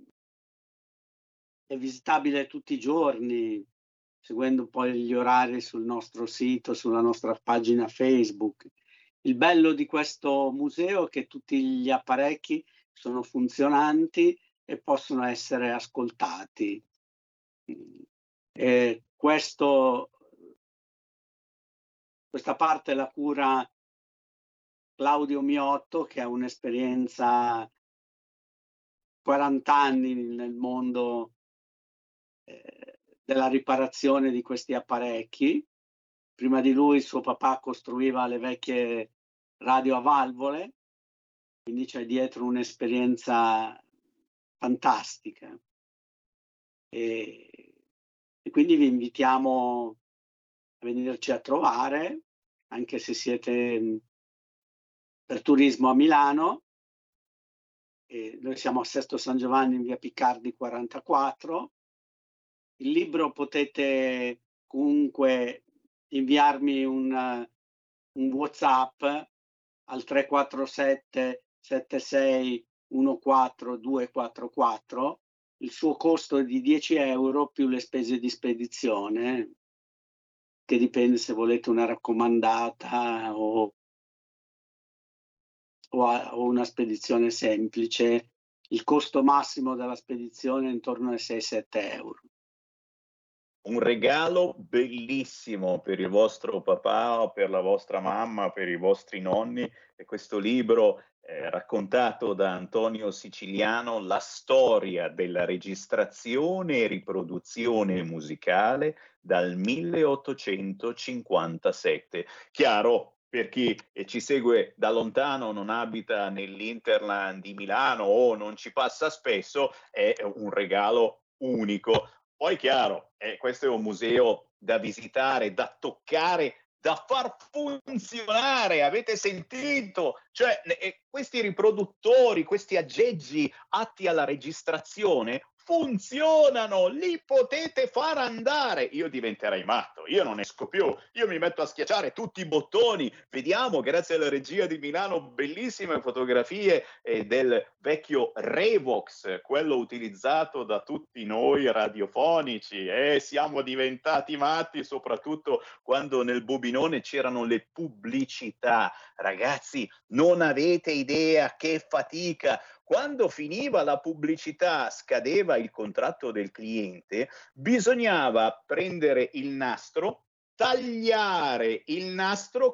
è visitabile tutti i giorni, seguendo poi gli orari sul nostro sito, sulla nostra pagina Facebook. Il bello di questo museo è che tutti gli apparecchi sono funzionanti e possono essere ascoltati. E questo, questa parte la cura Claudio Miotto, che ha un'esperienza quaranta anni nel mondo eh, della riparazione di questi apparecchi. Prima di lui suo papà costruiva le vecchie radio a valvole, quindi c'è dietro un'esperienza fantastica. E, e quindi vi invitiamo a venirci a trovare, anche se siete per turismo a Milano. E noi siamo a Sesto San Giovanni in via Piccardi quarantaquattro. Il libro potete comunque inviarmi un, un WhatsApp al tre quattro sette sette sei uno quattro due quattro quattro. Il suo costo è di dieci euro più le spese di spedizione, che dipende se volete una raccomandata o, o, a, o una spedizione semplice. Il costo massimo della spedizione è intorno ai sei sette euro. Un regalo bellissimo per il vostro papà o per la vostra mamma, per i vostri nonni, e questo libro eh, raccontato da Antonio Siciliano, la storia della registrazione e riproduzione musicale dal milleottocentocinquantasette. Chiaro, per chi ci segue da lontano, non abita nell'Interland di Milano o non ci passa spesso, è un regalo unico. Poi chiaro, eh, questo è un museo da visitare, da toccare, da far funzionare. Avete sentito? Cioè, eh, questi riproduttori, questi aggeggi atti alla registrazione funzionano, li potete far andare. Io diventerei matto, io non esco più, io mi metto a schiacciare tutti i bottoni. Vediamo, grazie alla regia di Milano, bellissime fotografie eh, del vecchio Revox, quello utilizzato da tutti noi radiofonici. E eh, siamo diventati matti, soprattutto quando nel bobinone c'erano le pubblicità. Ragazzi, non avete idea che fatica. Quando finiva la pubblicità, scadeva il contratto del cliente, bisognava prendere il nastro, tagliare il nastro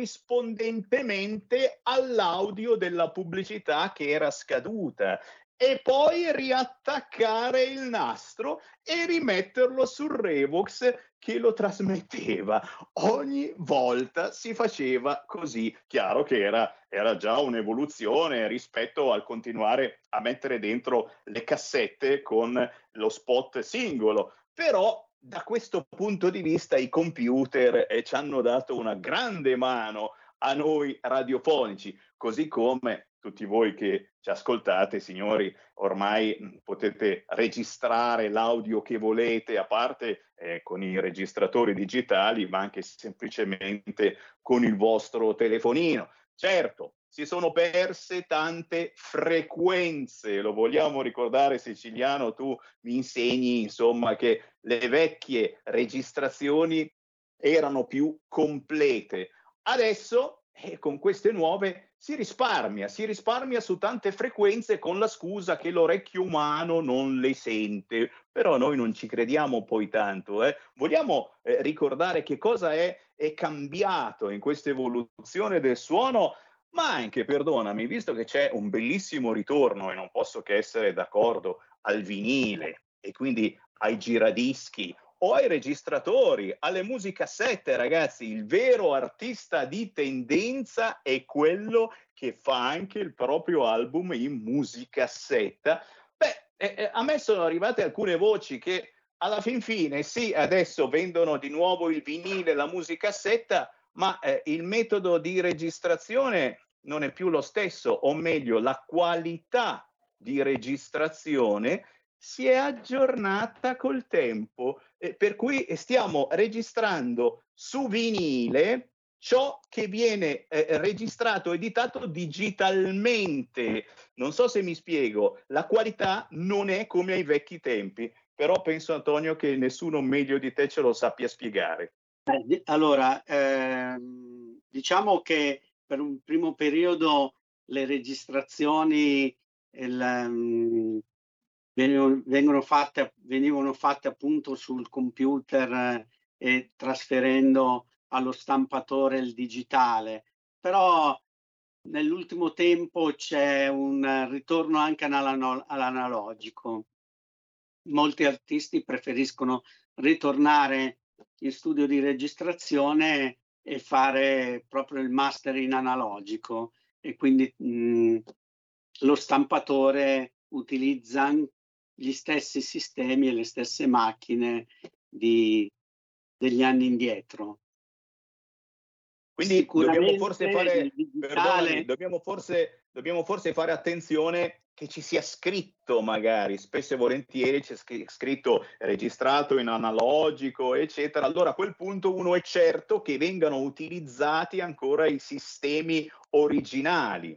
corrispondentemente all'audio della pubblicità che era scaduta e poi riattaccare il nastro e rimetterlo sul Revox che lo trasmetteva. Ogni volta si faceva così. Chiaro che era, era già un'evoluzione rispetto al continuare a mettere dentro le cassette con lo spot singolo, però da questo punto di vista i computer eh, ci hanno dato una grande mano a noi radiofonici, così come tutti voi che ci ascoltate, signori, ormai mh, potete registrare l'audio che volete, a parte eh, con i registratori digitali, ma anche semplicemente con il vostro telefonino. Certo, si sono perse tante frequenze, lo vogliamo ricordare, Siciliano, tu mi insegni insomma che le vecchie registrazioni erano più complete. Adesso eh, con queste nuove si risparmia, si risparmia su tante frequenze con la scusa che l'orecchio umano non le sente, però noi non ci crediamo poi tanto. Eh. Vogliamo eh, ricordare che cosa è, è cambiato in questa evoluzione del suono, ma anche, perdonami, visto che c'è un bellissimo ritorno, e non posso che essere d'accordo, al vinile e quindi ai giradischi o ai registratori, alle musicassette, ragazzi, il vero artista di tendenza è quello che fa anche il proprio album in musicassetta. Beh, eh, a me sono arrivate alcune voci che alla fin fine, sì, adesso vendono di nuovo il vinile, la musicassetta, ma eh, il metodo di registrazione non è più lo stesso, o meglio, la qualità di registrazione si è aggiornata col tempo, eh, per cui stiamo registrando su vinile ciò che viene eh, registrato, editato digitalmente. Non so se mi spiego, la qualità non è come ai vecchi tempi, però penso, Antonio, che nessuno meglio di te ce lo sappia spiegare. Eh, allora, ehm, diciamo che per un primo periodo le registrazioni il, um, venivano, vengono fatte, venivano fatte appunto sul computer eh, e trasferendo allo stampatore il digitale, però nell'ultimo tempo c'è un ritorno anche all'anal- all'analogico. Molti artisti preferiscono ritornare in studio di registrazione e fare proprio il master in analogico, e quindi mh, lo stampatore utilizza gli stessi sistemi e le stesse macchine di, degli anni indietro. Quindi dobbiamo forse fare, il digitale- perdonami, dobbiamo forse, dobbiamo forse fare attenzione che ci sia scritto, magari, spesso e volentieri c'è scr- scritto registrato in analogico, eccetera. Allora a quel punto uno è certo che vengano utilizzati ancora i sistemi originali.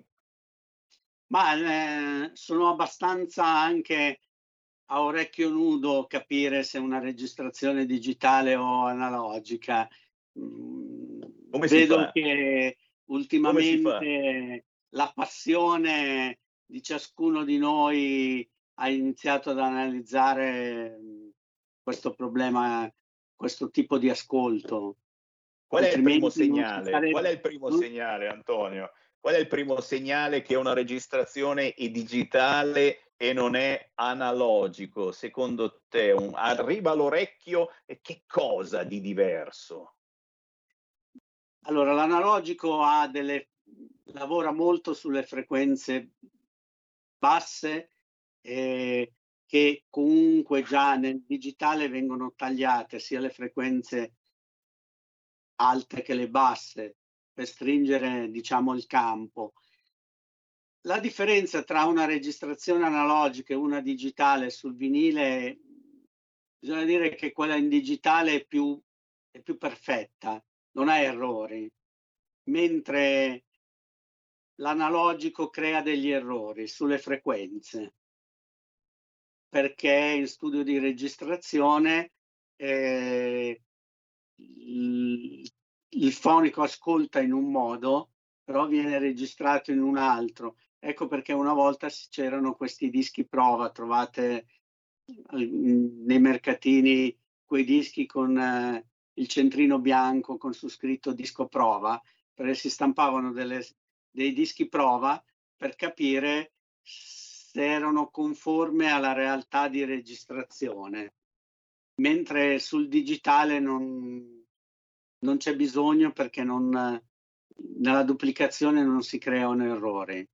Ma eh, sono abbastanza anche a orecchio nudo capire se una registrazione digitale o analogica. Mm, Come si vedo fa? che Come si fa? ultimamente la passione di ciascuno di noi ha iniziato ad analizzare mm, questo problema, questo tipo di ascolto. Qual è il primo Altrimenti non si segnale? sarebbe- Qual è il primo non- segnale, Antonio? Qual è il primo segnale che una registrazione è digitale e non è analogico? Secondo te, un- arriva all'orecchio e che cosa di diverso? Allora, l'analogico ha delle, lavora molto sulle frequenze basse eh, che comunque già nel digitale vengono tagliate, sia le frequenze alte che le basse, per stringere, diciamo, il campo. La differenza tra una registrazione analogica e una digitale sul vinile, bisogna dire che quella in digitale è più, è più perfetta, non ha errori, mentre l'analogico crea degli errori sulle frequenze, perché in studio di registrazione eh, il, il fonico ascolta in un modo, però viene registrato in un altro. Ecco perché una volta c'erano questi dischi prova, trovate nei mercatini quei dischi con eh, il centrino bianco con su scritto disco prova, perché si stampavano delle, dei dischi prova per capire se erano conforme alla realtà di registrazione, mentre sul digitale non, non c'è bisogno, perché non, nella duplicazione non si creano errori.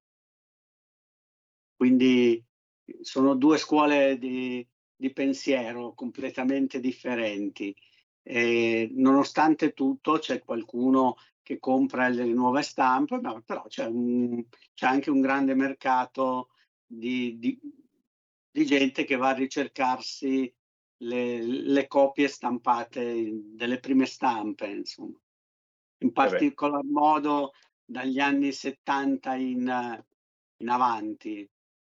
Quindi sono due scuole di, di pensiero completamente differenti. E nonostante tutto c'è qualcuno che compra le nuove stampe, ma però c'è, un, c'è anche un grande mercato di, di, di gente che va a ricercarsi le, le copie stampate delle prime stampe, insomma. In particolar modo dagli anni settanta in, in avanti.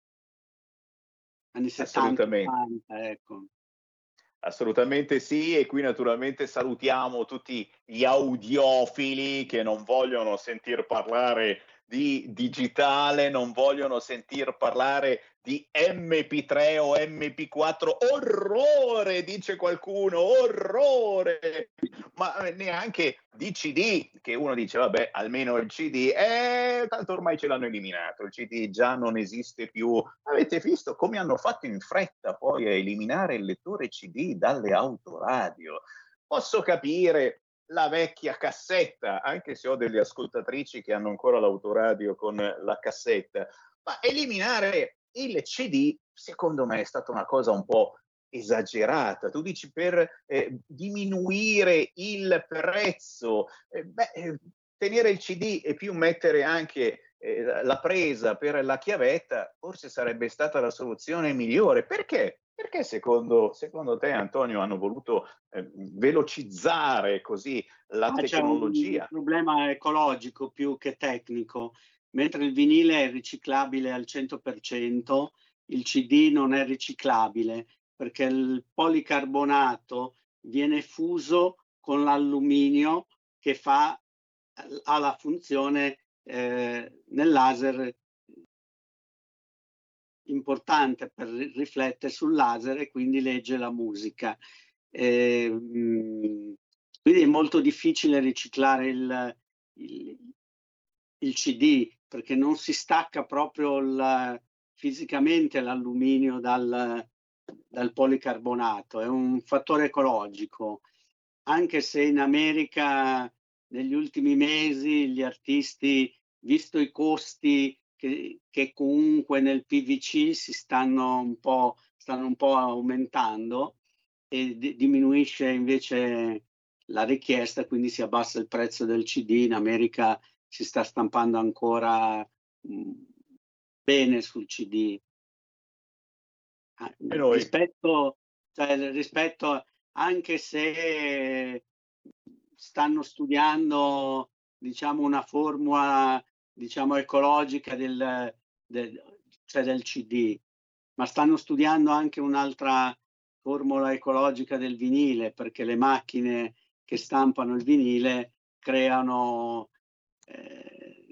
Anni settanta, Assolutamente. ottanta, ecco. Assolutamente sì, e qui naturalmente salutiamo tutti gli audiofili che non vogliono sentir parlare di digitale, non vogliono sentir parlare di emme pi tre o emme pi quattro. Orrore, dice qualcuno, orrore! Ma neanche di ci di, che uno dice vabbè, almeno il ci di, eh, tanto ormai ce l'hanno eliminato, il ci di già non esiste più. Avete visto come hanno fatto in fretta poi a eliminare il lettore ci di dalle autoradio? Posso capire la vecchia cassetta, anche se ho delle ascoltatrici che hanno ancora l'autoradio con la cassetta, ma eliminare il ci di secondo me è stata una cosa un po' esagerata. Tu dici per eh, diminuire il prezzo, eh, beh, eh, tenere il ci di e più mettere anche eh, la presa per la chiavetta forse sarebbe stata la soluzione migliore. Perché? Perché secondo, secondo te, Antonio, hanno voluto eh, velocizzare così la Ah, tecnologia? c'è un problema ecologico più che tecnico. Mentre il vinile è riciclabile al cento per cento, il ci di non è riciclabile, perché il policarbonato viene fuso con l'alluminio che fa, ha la funzione eh, nel laser importante per riflettere sul laser e quindi legge la musica. Eh, mh, quindi è molto difficile riciclare il, il, il ci di, perché non si stacca proprio il, fisicamente l'alluminio dal, dal policarbonato. È un fattore ecologico, anche se in America negli ultimi mesi gli artisti, visto i costi che, che comunque nel P V C si stanno un po', stanno un po' aumentando, e di, diminuisce invece la richiesta, quindi si abbassa il prezzo del ci di. In America si sta stampando ancora mh, bene sul ci di. Ah, rispetto, cioè, rispetto, anche se stanno studiando, diciamo, una formula, diciamo, ecologica del, del, cioè del ci di, ma stanno studiando anche un'altra formula ecologica del vinile, perché le macchine che stampano il vinile creano eh,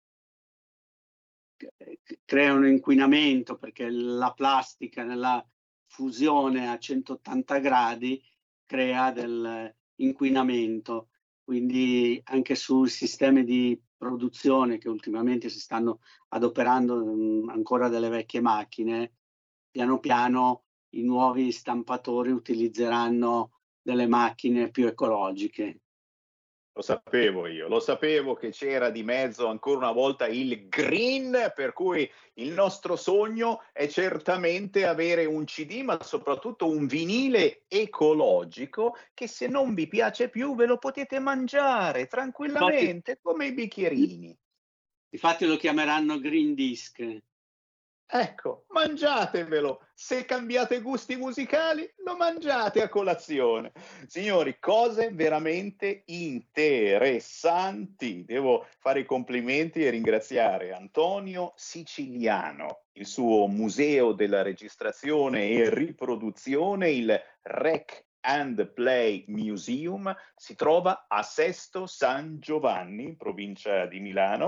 creano inquinamento, perché la plastica nella fusione a centottanta gradi crea del inquinamento. Quindi anche sui sistemi di produzione, che ultimamente si stanno adoperando mh, ancora delle vecchie macchine, piano piano i nuovi stampatori utilizzeranno delle macchine più ecologiche. Lo sapevo io, lo sapevo che c'era di mezzo ancora una volta il green, per cui il nostro sogno è certamente avere un ci di, ma soprattutto un vinile ecologico che, se non vi piace più, ve lo potete mangiare tranquillamente, infatti, come i bicchierini. Infatti lo chiameranno green disc. Ecco, mangiatevelo. Se cambiate gusti musicali, lo mangiate a colazione. Signori, cose veramente interessanti. Devo fare i complimenti e ringraziare Antonio Siciliano, il suo museo della registrazione e riproduzione, il Rec and Play Museum, si trova a Sesto San Giovanni, provincia di Milano.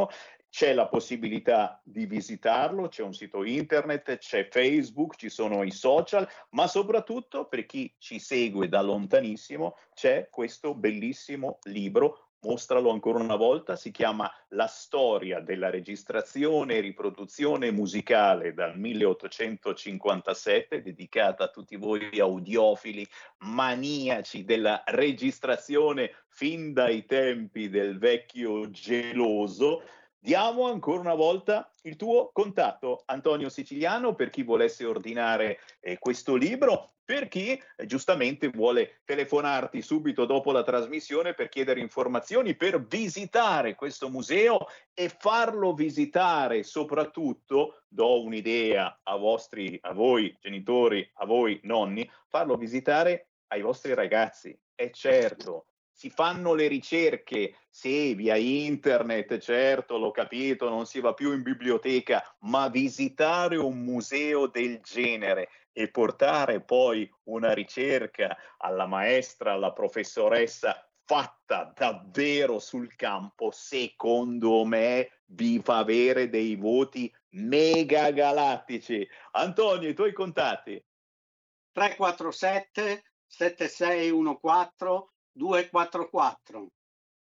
c'è la possibilità di visitarlo, c'è un sito internet, c'è Facebook, ci sono i social, ma soprattutto per chi ci segue da lontanissimo c'è questo bellissimo libro. Mostralo ancora una volta, si chiama La storia della registrazione e riproduzione musicale dal milleottocentocinquantasette, dedicata a tutti voi audiofili maniaci della registrazione fin dai tempi del vecchio geloso. Diamo ancora una volta il tuo contatto, Antonio Siciliano, per chi volesse ordinare eh, questo libro, per chi eh, giustamente vuole telefonarti subito dopo la trasmissione per chiedere informazioni, per visitare questo museo e farlo visitare soprattutto, do un'idea a vostri, a voi genitori, a voi nonni, farlo visitare ai vostri ragazzi. E certo, si fanno le ricerche, sì, via internet, certo, l'ho capito, non si va più in biblioteca, ma visitare un museo del genere e portare poi una ricerca alla maestra, alla professoressa fatta davvero sul campo, secondo me vi fa avere dei voti mega galattici. Antonio, i tuoi contatti? tre quattro sette sette sei uno quattro due quattro quattro.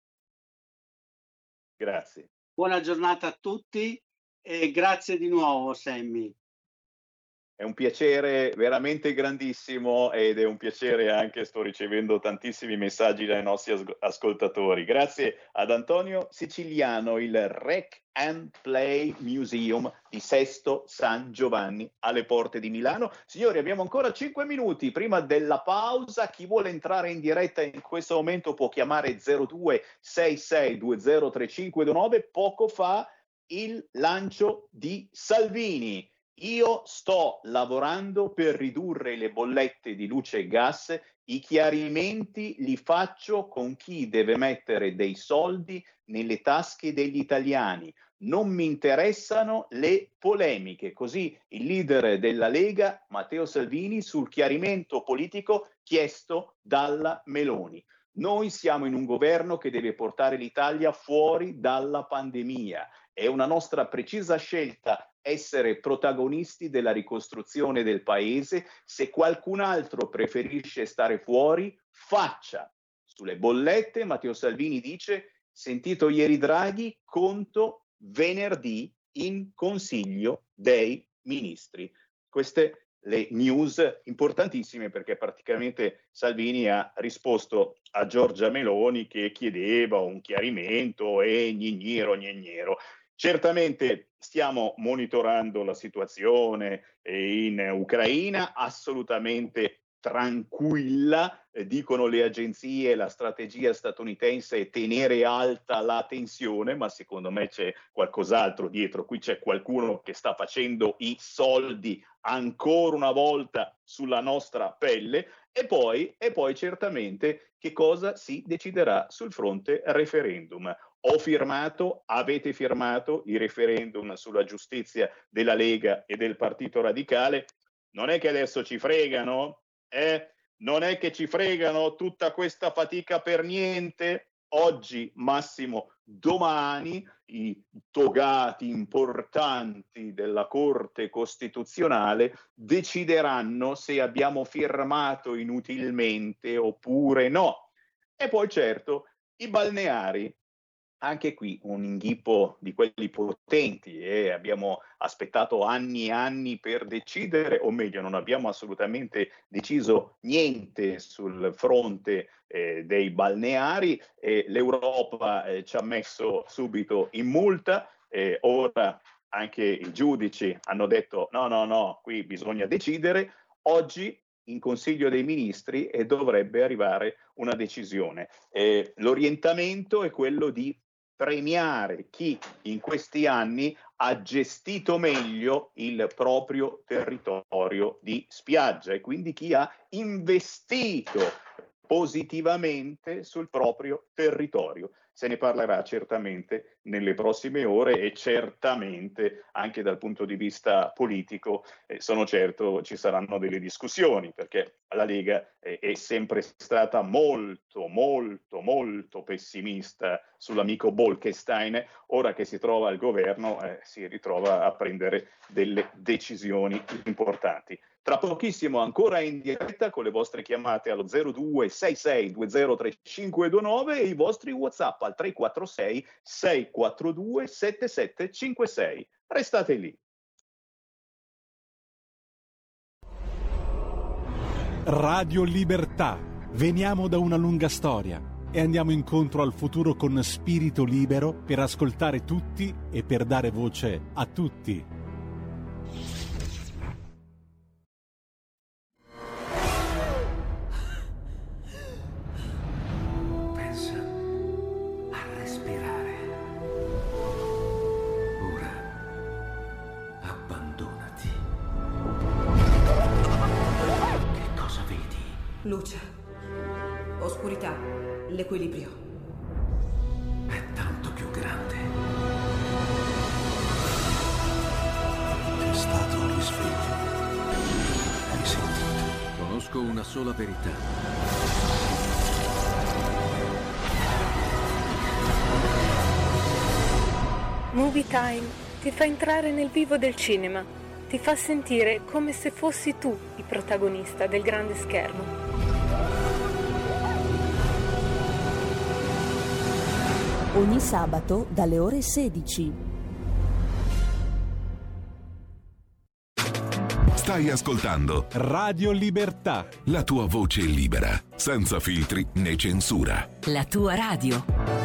Grazie. Buona giornata a tutti e grazie di nuovo, Sammy. È un piacere veramente grandissimo ed è un piacere anche, sto ricevendo tantissimi messaggi dai nostri as- ascoltatori. Grazie ad Antonio Siciliano, il Rec and Play Museum di Sesto San Giovanni alle porte di Milano. Signori, abbiamo ancora cinque minuti prima della pausa. Chi vuole entrare in diretta in questo momento può chiamare zero due sei sei due zero tre cinque due nove. Poco fa il lancio di Salvini. Io sto lavorando per ridurre le bollette di luce e gas, i chiarimenti li faccio con chi deve mettere dei soldi nelle tasche degli italiani. Non mi interessano le polemiche. Così il leader della Lega, Matteo Salvini, sul chiarimento politico chiesto dalla Meloni. Noi siamo in un governo che deve portare l'Italia fuori dalla pandemia. È una nostra precisa scelta essere protagonisti della ricostruzione del paese. Se qualcun altro preferisce stare fuori, faccia. Sulle bollette, Matteo Salvini dice: sentito ieri Draghi, conto venerdì in Consiglio dei Ministri. Queste le news importantissime, perché praticamente Salvini ha risposto a Giorgia Meloni che chiedeva un chiarimento e gnignero gnignero. Certamente stiamo monitorando la situazione in Ucraina, assolutamente tranquilla, eh, dicono le agenzie, la strategia statunitense è tenere alta la tensione, ma secondo me c'è qualcos'altro dietro, qui c'è qualcuno che sta facendo i soldi ancora una volta sulla nostra pelle. E poi, e poi certamente che cosa si deciderà sul fronte referendum. Ho firmato, avete firmato i referendum sulla giustizia della Lega e del Partito Radicale. Non è che adesso ci fregano? Eh? Non è che ci fregano tutta questa fatica per niente? Oggi, massimo domani, i togati importanti della Corte Costituzionale decideranno se abbiamo firmato inutilmente oppure no. E poi certo, i balneari. Anche qui un inghippo di quelli potenti e eh, abbiamo aspettato anni e anni per decidere, o meglio non abbiamo assolutamente deciso niente sul fronte eh, dei balneari. Eh, L'Europa eh, ci ha messo subito in multa, eh, ora anche i giudici hanno detto no, no, no, qui bisogna decidere. Oggi in Consiglio dei Ministri e dovrebbe arrivare una decisione. Eh, l'orientamento è quello di premiare chi in questi anni ha gestito meglio il proprio territorio di spiaggia e quindi chi ha investito positivamente sul proprio territorio. se ne parlerà certamente nelle prossime ore e certamente anche dal punto di vista politico eh, sono certo ci saranno delle discussioni, perché la Lega eh, è sempre stata molto molto molto pessimista sull'amico Bolkestein. Ora che si trova al governo eh, si ritrova a prendere delle decisioni importanti. Tra pochissimo ancora in diretta con le vostre chiamate allo zero due sei sei due zero tre cinque due nove e i vostri WhatsApp al tre quattro sei sei quattro due sette sette cinque sei. Restate lì. Radio Libertà. Veniamo da una lunga storia e andiamo incontro al futuro con spirito libero per ascoltare tutti e per dare voce a tutti. Luce, oscurità, l'equilibrio. È tanto più grande. È stato un risveglio. Hai sentito? Conosco una sola verità. Movie Time ti fa entrare nel vivo del cinema, ti fa sentire come se fossi tu il protagonista del grande schermo. Ogni sabato dalle ore sedici. Stai ascoltando Radio Libertà. La tua voce libera, senza filtri né censura. La tua radio.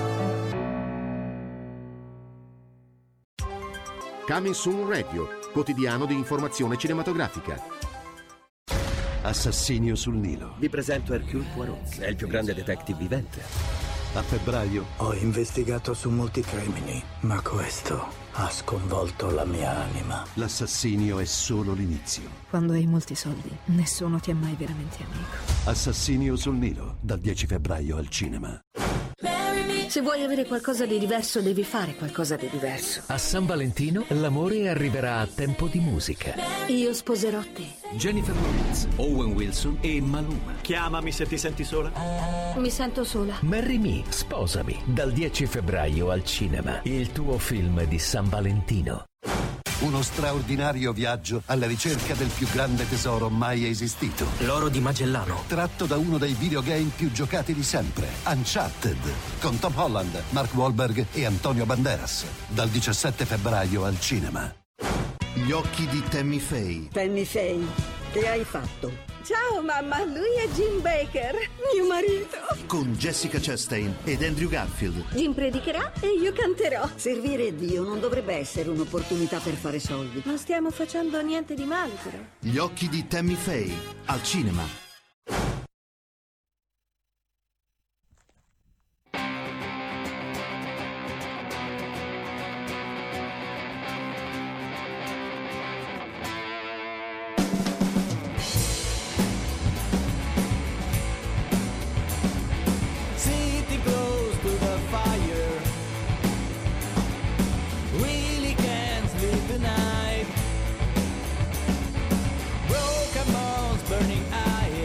Coming Soon Radio, quotidiano di informazione cinematografica. Assassinio sul Nilo. Vi presento Hercule Poirot, è il più grande detective vivente. A febbraio ho investigato su molti crimini, ma questo ha sconvolto la mia anima. L'assassinio è solo l'inizio. Quando hai molti soldi, nessuno ti è mai veramente amico. Assassinio sul Nilo, dal dieci febbraio al cinema. Se vuoi avere qualcosa di diverso, devi fare qualcosa di diverso. A San Valentino l'amore arriverà a tempo di musica. Io sposerò te. Jennifer Lawrence, Owen Wilson e Maluma. Chiamami se ti senti sola. Mi sento sola. Marry Me, sposami, dal dieci febbraio al cinema. Il tuo film di San Valentino. Uno straordinario viaggio alla ricerca del più grande tesoro mai esistito. L'oro di Magellano. Tratto da uno dei videogame più giocati di sempre, Uncharted, con Tom Holland, Mark Wahlberg e Antonio Banderas. Dal diciassette febbraio al cinema. Gli occhi di Tammy Faye. Tammy Faye, che hai fatto? Ciao mamma, lui è Jim Baker, mio marito. Con Jessica Chastain ed Andrew Garfield. Jim predicherà e io canterò. Servire Dio non dovrebbe essere un'opportunità per fare soldi. Non stiamo facendo niente di male, però. Gli occhi di Tammy Faye, al cinema. Burning eyes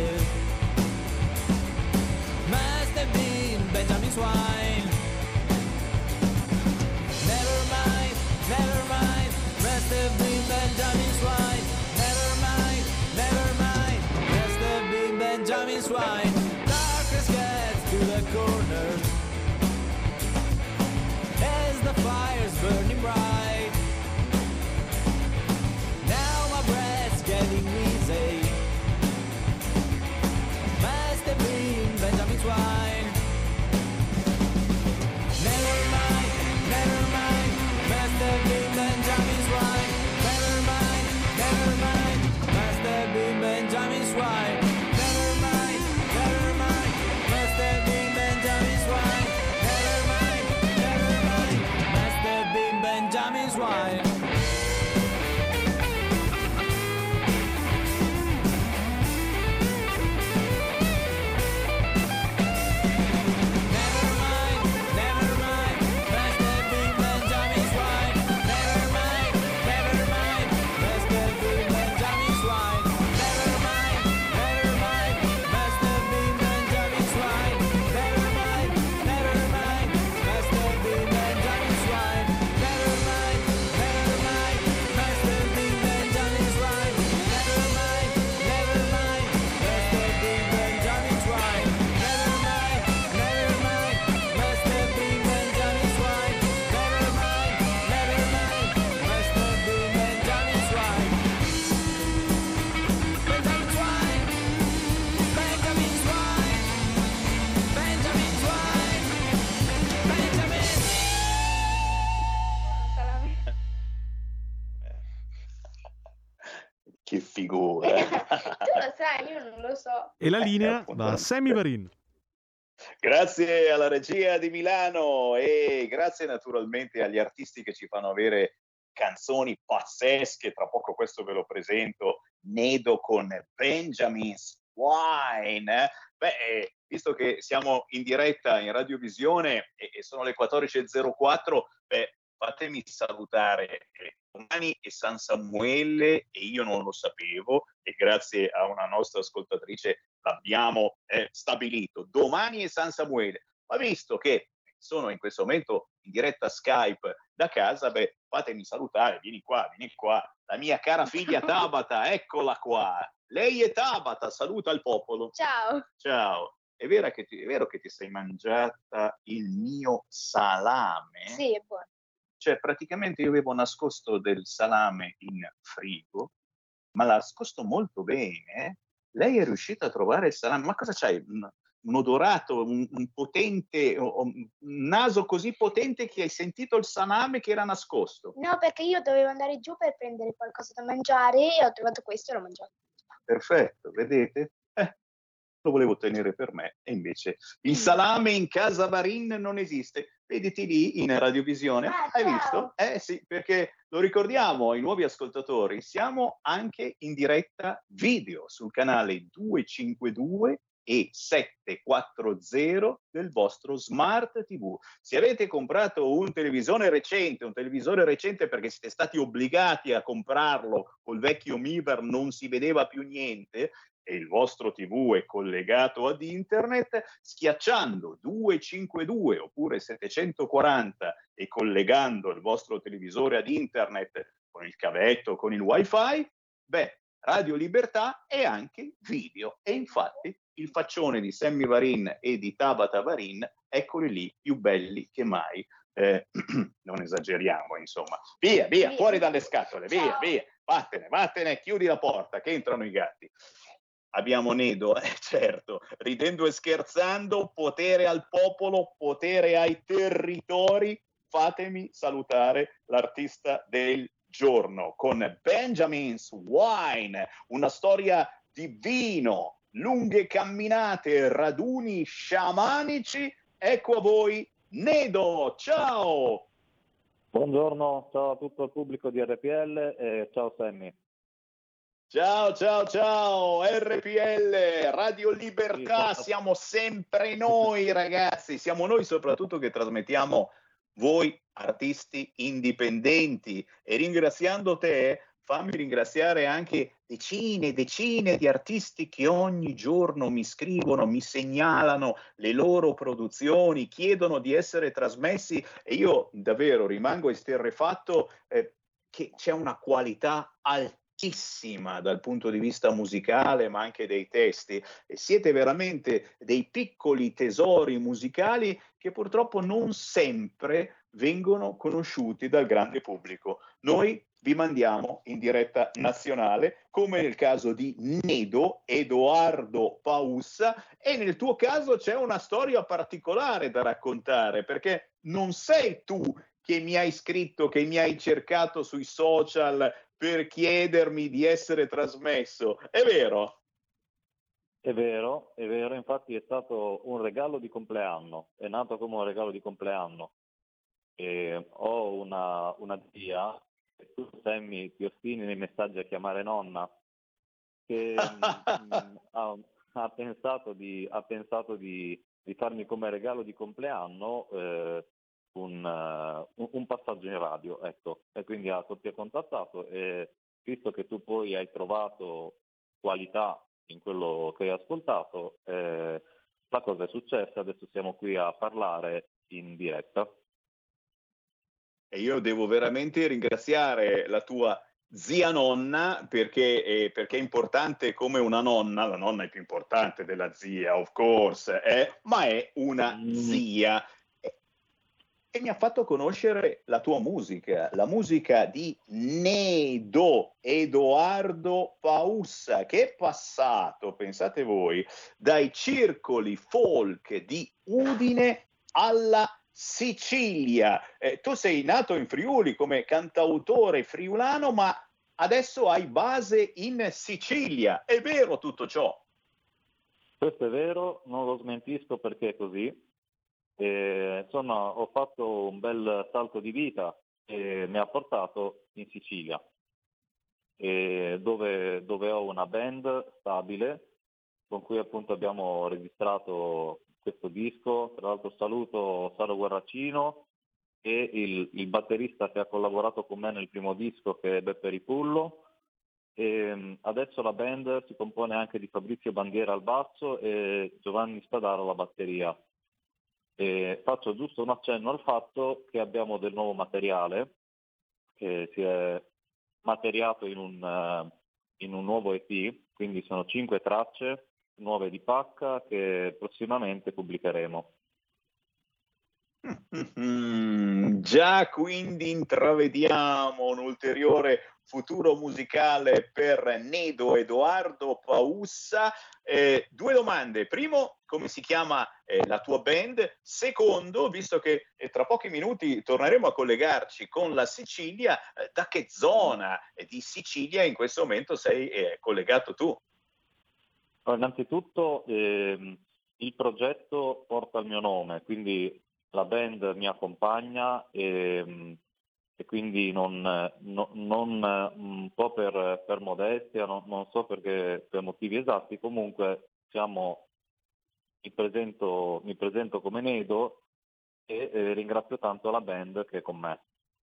so. E la Eh, linea appunto, va a non- Sammy Varin. Grazie alla regia di Milano e grazie naturalmente agli artisti che ci fanno avere canzoni pazzesche. Tra poco questo ve lo presento, Nedo con Benjamin's Wine. eh. Beh, eh, visto che siamo in diretta in radiovisione e, e sono le quattordici e zero quattro, beh, fatemi salutare eh, domani è San Samuele e io non lo sapevo e grazie a una nostra ascoltatrice l'abbiamo eh, stabilito. Domani è San Samuele, ma visto che sono in questo momento in diretta Skype da casa, beh, fatemi salutare, vieni qua, vieni qua, la mia cara figlia Tabata, eccola qua. Lei è Tabata, saluta il popolo. Ciao. Ciao. È vero che ti, è vero che ti sei mangiata il mio salame? Sì, è buono. Cioè, praticamente io avevo nascosto del salame in frigo, ma l'ha nascosto molto bene. Lei è riuscita a trovare il salame. Ma cosa c'hai? Un, un odorato, un, un potente, un naso così potente che hai sentito il salame che era nascosto. No, perché io dovevo andare giù per prendere qualcosa da mangiare e ho trovato questo e l'ho mangiato. Perfetto, vedete? Eh, lo volevo tenere per me e invece il salame in casa Varin non esiste. Vediti lì in radiovisione, Ah, hai ciao. visto? Eh sì, perché lo ricordiamo ai nuovi ascoltatori, siamo anche in diretta video sul canale duecentocinquantadue e settecentoquaranta del vostro Smart tivù. Se avete comprato un televisore recente, un televisore recente perché siete stati obbligati a comprarlo col vecchio Miber, non si vedeva più niente, e il vostro tivù è collegato ad internet, schiacciando duecentocinquantadue oppure settecentoquaranta e collegando il vostro televisore ad internet con il cavetto, con il wifi, beh, Radio Libertà è anche video. E infatti il faccione di Sammy Varin e di Tabata Varin, eccoli lì, più belli che mai. Eh, non esageriamo, insomma. Via, via, fuori dalle scatole, via, via, vattene, vattene, chiudi la porta, che entrano i gatti. Abbiamo Nedo, eh, certo, ridendo e scherzando, potere al popolo, potere ai territori. Fatemi salutare l'artista del giorno con Benjamin's Wine, una storia di vino, lunghe camminate, raduni sciamanici. Ecco a voi Nedo, ciao! Buongiorno, ciao a tutto il pubblico di R P L e ciao Sammy. Ciao, ciao, ciao, R P L, Radio Libertà, siamo sempre noi ragazzi, siamo noi soprattutto che trasmettiamo voi artisti indipendenti e ringraziando te, fammi ringraziare anche decine e decine di artisti che ogni giorno mi scrivono, mi segnalano le loro produzioni, chiedono di essere trasmessi e io davvero rimango esterrefatto eh, che c'è una qualità altissima dal punto di vista musicale ma anche dei testi e siete veramente dei piccoli tesori musicali che purtroppo non sempre vengono conosciuti dal grande pubblico. Noi vi mandiamo in diretta nazionale come nel caso di Nedo, Edoardo Paussa, e nel tuo caso c'è una storia particolare da raccontare perché non sei tu che mi hai scritto, che mi hai cercato sui social per chiedermi di essere trasmesso, è vero? È vero, è vero, infatti è stato un regalo di compleanno, è nato come un regalo di compleanno. E ho una, una zia, che tu Sammy ti ostini nei messaggi a chiamare nonna, che mh, ha, ha pensato, di, ha pensato di, di farmi come regalo di compleanno eh, Un, uh, un passaggio in radio, ecco, e quindi ha, ti ha contattato e visto che tu poi hai trovato qualità in quello che hai ascoltato, eh, la cosa è successa, adesso siamo qui a parlare in diretta. E io devo veramente ringraziare la tua zia nonna perché, eh, perché è importante come una nonna, la nonna è più importante della zia, of course, eh, ma è una zia. E mi ha fatto conoscere la tua musica, la musica di Nedo, Edoardo Paussa, che è passato, pensate voi, dai circoli folk di Udine alla Sicilia. Eh, tu sei nato in Friuli come cantautore friulano, ma adesso hai base in Sicilia. È vero tutto ciò? Questo è vero, non lo smentisco perché è così. E, insomma, ho fatto un bel salto di vita e mi ha portato in Sicilia, e dove, dove ho una band stabile con cui appunto abbiamo registrato questo disco. Tra l'altro saluto Saro Guerracino e il, il batterista che ha collaborato con me nel primo disco, che è Beppe Ripullo. E adesso la band si compone anche di Fabrizio Bandiera al basso e Giovanni Spadaro alla batteria. E faccio giusto un accenno al fatto che abbiamo del nuovo materiale che si è materiato in un, uh, in un nuovo E P, quindi sono cinque tracce nuove di pacca che prossimamente pubblicheremo. Mm, già quindi intravediamo un ulteriore futuro musicale per Nedo Edoardo Paussa. Eh, due domande: primo, come si chiama eh, la tua band? Secondo, visto che eh, tra pochi minuti torneremo a collegarci con la Sicilia, eh, da che zona eh, di Sicilia in questo momento sei eh, collegato tu? Allora, innanzitutto ehm, il progetto porta il mio nome, quindi la band mi accompagna e, e quindi non, no, non un po' per, per modestia, no, non so perché, per motivi esatti, comunque siamo, mi presento, mi presento come Nedo e eh, ringrazio tanto la band che è con me.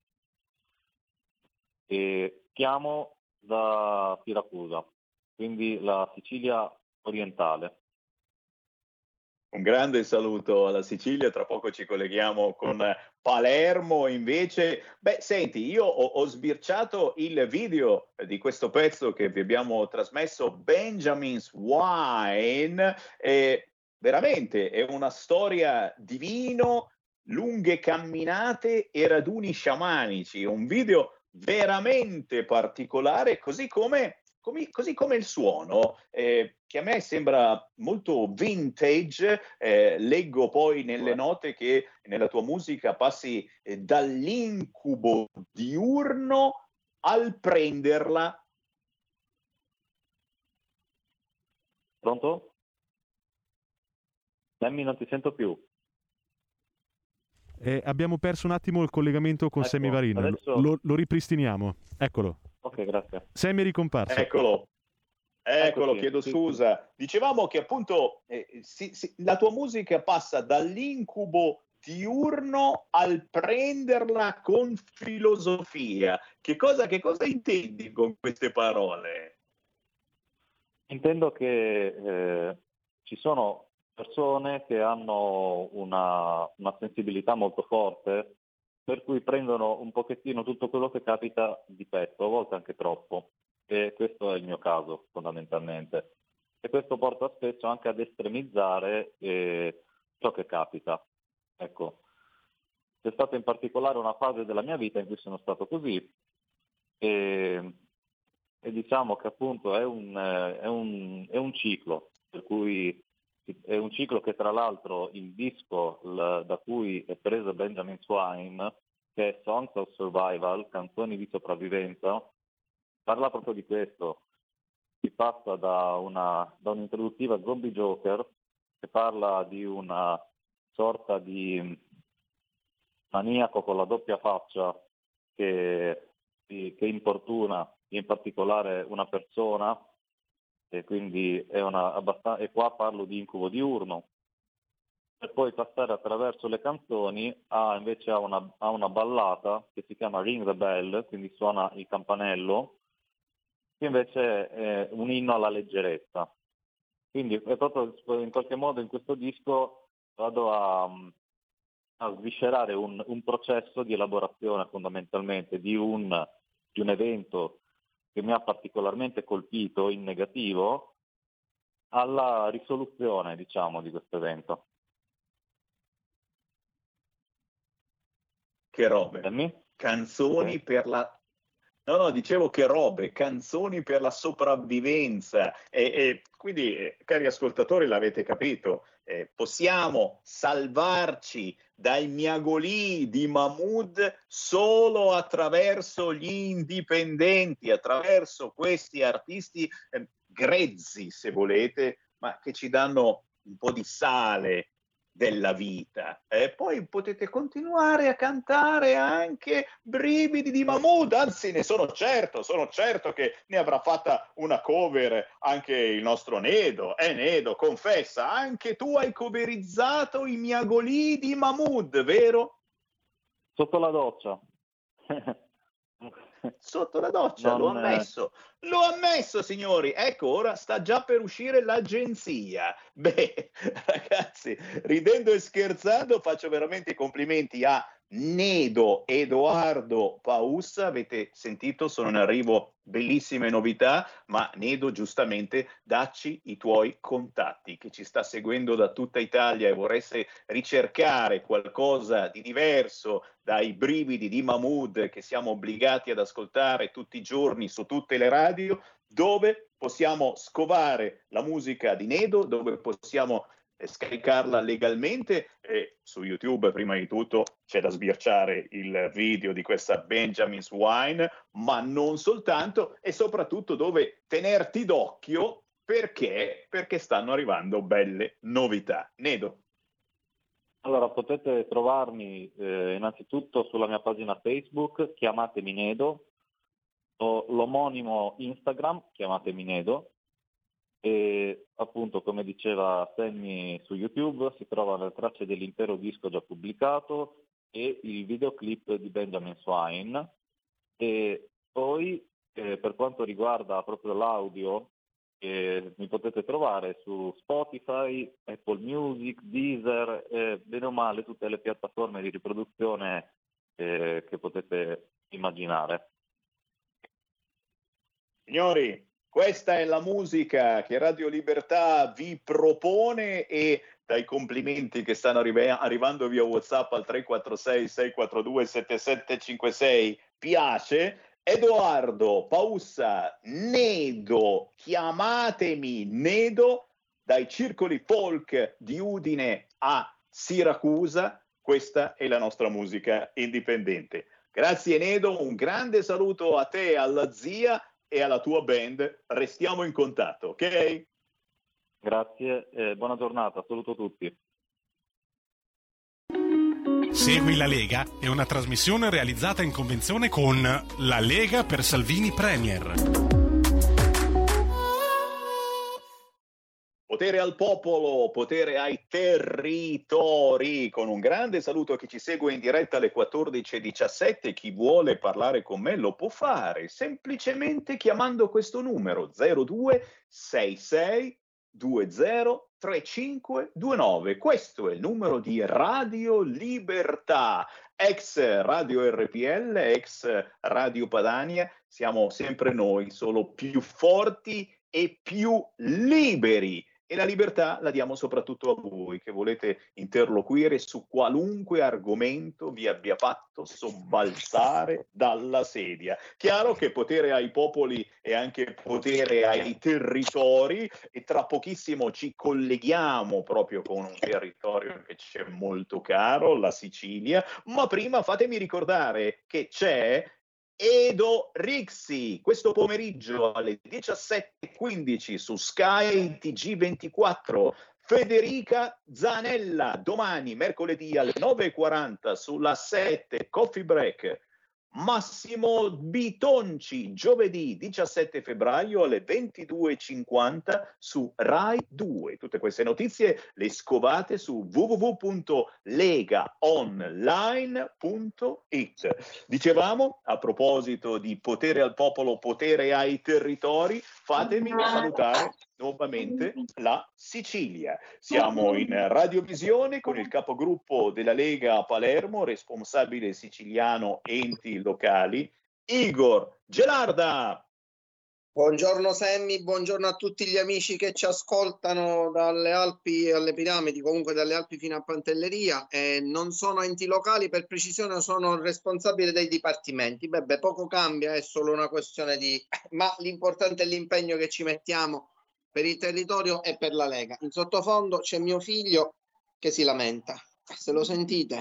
E chiamo da Siracusa, quindi la Sicilia orientale. Un grande saluto alla Sicilia, tra poco ci colleghiamo con Palermo invece. Beh, senti, io ho, ho sbirciato il video di questo pezzo che vi abbiamo trasmesso, Benjamin's Wine, e veramente è una storia di vino, lunghe camminate e raduni sciamanici, un video veramente particolare, così come Come, così come il suono, eh, che a me sembra molto vintage. Eh, leggo poi nelle note che nella tua musica passi eh, dall'incubo diurno al prenderla. Pronto? Sammy, non ti sento più. Eh, abbiamo perso un attimo il collegamento con Ecco, Sammy Varin, adesso- lo, lo ripristiniamo. Eccolo. Ok, grazie. Sammy è ricomparso. Eccolo. Eccolo, Eccoci, chiedo sì, scusa. Dicevamo che appunto eh, si- si- la tua musica passa dall'incubo diurno al prenderla con filosofia. Che cosa, che cosa intendi con queste parole? Intendo che eh, ci sono persone che hanno una, una sensibilità molto forte, per cui prendono un pochettino tutto quello che capita di petto, a volte anche troppo, e questo è il mio caso fondamentalmente. E questo porta spesso anche ad estremizzare eh, ciò che capita. Ecco, c'è stata in particolare una fase della mia vita in cui sono stato così, e, e diciamo che appunto è un, eh, è un, è un ciclo, per cui è un ciclo che tra l'altro il disco l- da cui è preso Benjamin's Wine, che è Songs of Survival, canzoni di sopravvivenza, parla proprio di questo. Si passa da una da un'introduttiva Zombie Joker, che parla di una sorta di maniaco con la doppia faccia che, che importuna in particolare una persona, e quindi è una abbastan- e qua parlo di incubo diurno, per poi passare attraverso le canzoni a invece a una, a una ballata che si chiama Ring the Bell, quindi suona il campanello, che invece è un inno alla leggerezza. Quindi è proprio in qualche modo in questo disco vado a, a sviscerare un, un processo di elaborazione fondamentalmente di un, di un evento che mi ha particolarmente colpito in negativo, alla risoluzione, diciamo, di questo evento. Che robe. Sammy? Canzoni Sì. per la... No, no, dicevo che robe, canzoni per la sopravvivenza. E, e quindi, eh, cari ascoltatori, l'avete capito, eh, possiamo salvarci dai miagolì di Mahmood solo attraverso gli indipendenti, attraverso questi artisti eh, grezzi, se volete, ma che ci danno un po' di sale della vita. E poi potete continuare a cantare anche Brividi di Mahmood, anzi ne sono certo, sono certo che ne avrà fatta una cover anche il nostro Nedo. Eh Nedo, confessa, anche tu hai coverizzato i miagolì di Mahmood, vero? Sotto la doccia. Sotto la doccia, Non- l'ho ammesso, l'ho ammesso signori, ecco ora sta già per uscire l'agenzia. Beh ragazzi, ridendo e scherzando faccio veramente i complimenti a Nedo Edoardo Paussa, avete sentito, sono in arrivo bellissime novità, ma Nedo giustamente dacci i tuoi contatti, che ci sta seguendo da tutta Italia e vorreste ricercare qualcosa di diverso dai Brividi di Mahmood che siamo obbligati ad ascoltare tutti i giorni su tutte le radio, dove possiamo scovare la musica di Nedo, dove possiamo eh, scaricarla legalmente. E su YouTube prima di tutto c'è da sbirciare il video di questa Benjamin's Wine, ma non soltanto, e soprattutto dove tenerti d'occhio perché perché stanno arrivando belle novità. Nedo. Allora, potete trovarmi eh, innanzitutto sulla mia pagina Facebook, chiamatemi Nedo, o l'omonimo Instagram, chiamatemi Nedo, e appunto, come diceva Sammy, su YouTube si trovano le tracce dell'intero disco già pubblicato e il videoclip di Benjamin Swine. E poi, eh, per quanto riguarda proprio l'audio, che mi potete trovare su Spotify, Apple Music, Deezer, eh, bene o male tutte le piattaforme di riproduzione eh, che potete immaginare. Signori, questa è la musica che Radio Libertà vi propone e dai complimenti che stanno arri- arrivando via WhatsApp al tre quattro sei sei quattro due sette sette cinque sei piace. Edoardo Paussa, Nedo, chiamatemi Nedo, dai circoli folk di Udine a Siracusa, questa è la nostra musica indipendente. Grazie Nedo, un grande saluto a te, alla zia e alla tua band, restiamo in contatto, ok? Grazie e buona giornata, saluto tutti. Segui la Lega è una trasmissione realizzata in convenzione con La Lega per Salvini Premier. Potere al popolo, potere ai territori, con un grande saluto a chi ci segue in diretta alle quattordici e diciassette. Chi vuole parlare con me lo può fare semplicemente chiamando questo numero zero due sei sei due zero tre cinque due nove. Questo è il numero di Radio Libertà, ex Radio R P L, ex Radio Padania. Siamo sempre noi, solo più forti e più liberi. E la libertà la diamo soprattutto a voi che volete interloquire su qualunque argomento vi abbia fatto sobbalzare dalla sedia. Chiaro che potere ai popoli è anche potere ai territori e tra pochissimo ci colleghiamo proprio con un territorio che ci è molto caro, la Sicilia, ma prima fatemi ricordare che c'è Edo Rixi questo pomeriggio alle diciassette e quindici su Sky T G ventiquattro, Federica Zanella domani mercoledì alle nove e quaranta sulla sette Coffee Break, Massimo Bitonci giovedì diciassette febbraio alle ventidue e cinquanta su Rai due. Tutte queste notizie le scovate su w w w punto lega online punto it. Dicevamo, a proposito di potere al popolo, potere ai territori, fatemi salutare nuovamente la Sicilia. Siamo in radiovisione con il capogruppo della Lega a Palermo, responsabile siciliano enti locali, Igor Gelarda. Buongiorno Sammy, buongiorno a tutti gli amici che ci ascoltano dalle Alpi alle Piramidi, comunque dalle Alpi fino a Pantelleria. Eh, non sono enti locali, per precisione sono responsabile dei dipartimenti. Beh, beh, poco cambia, è solo una questione di... ma l'importante è l'impegno che ci mettiamo per il territorio e per la Lega. In sottofondo c'è mio figlio che si lamenta. Se lo sentite.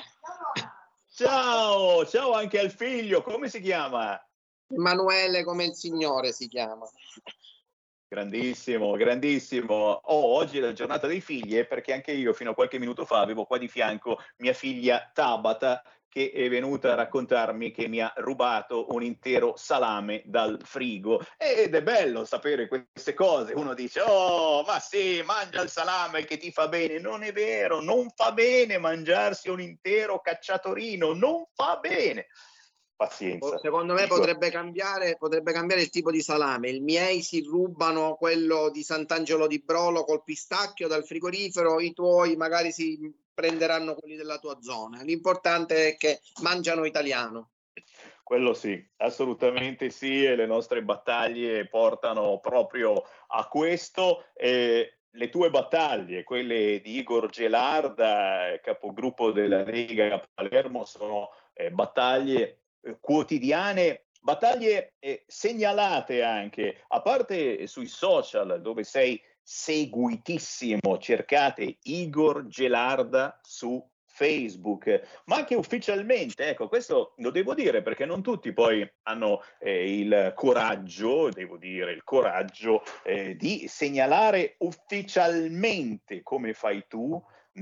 Ciao, ciao anche al figlio, come si chiama? Emanuele come il Signore si chiama. Grandissimo, grandissimo. Oh, oggi è la giornata dei figli, eh, perché anche io fino a qualche minuto fa avevo qua di fianco mia figlia Tabata, che è venuta a raccontarmi che mi ha rubato un intero salame dal frigo. Ed è bello sapere queste cose. Uno dice, oh, ma sì, mangia il salame che ti fa bene. Non è vero, non fa bene mangiarsi un intero cacciatorino, non fa bene. Pazienza. Secondo me potrebbe cambiare, potrebbe cambiare il tipo di salame. I miei si rubano quello di Sant'Angelo di Brolo col pistacchio dal frigorifero, i tuoi magari si prenderanno quelli della tua zona. L'importante è che mangiano italiano. Quello sì, assolutamente sì, e le nostre battaglie portano proprio a questo. Eh, le tue battaglie, quelle di Igor Gelarda, capogruppo della Lega a Palermo, sono eh, battaglie eh, quotidiane, battaglie eh, segnalate anche, a parte sui social dove sei seguitissimo, cercate Igor Gelarda su Facebook, ma anche ufficialmente, ecco, questo lo devo dire perché non tutti poi hanno eh, il coraggio, devo dire, il coraggio eh, di segnalare ufficialmente, come fai tu,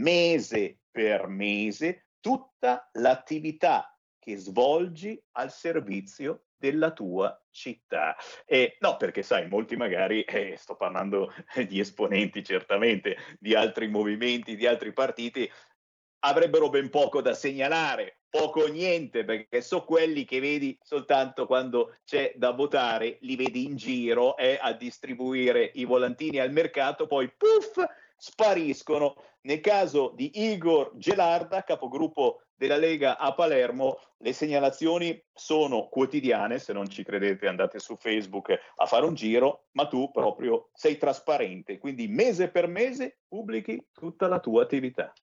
mese per mese, tutta l'attività che svolgi al servizio della tua città. E no, perché sai, molti magari, eh, sto parlando di esponenti certamente, di altri movimenti, di altri partiti, avrebbero ben poco da segnalare, poco o niente, perché so quelli che vedi soltanto quando c'è da votare, li vedi in giro e eh, a distribuire i volantini al mercato, poi puff, spariscono. Nel caso di Igor Gelarda, capogruppo della Lega a Palermo, le segnalazioni sono quotidiane, se non ci credete andate su Facebook a fare un giro, ma tu proprio sei trasparente, quindi mese per mese pubblichi tutta la tua attività.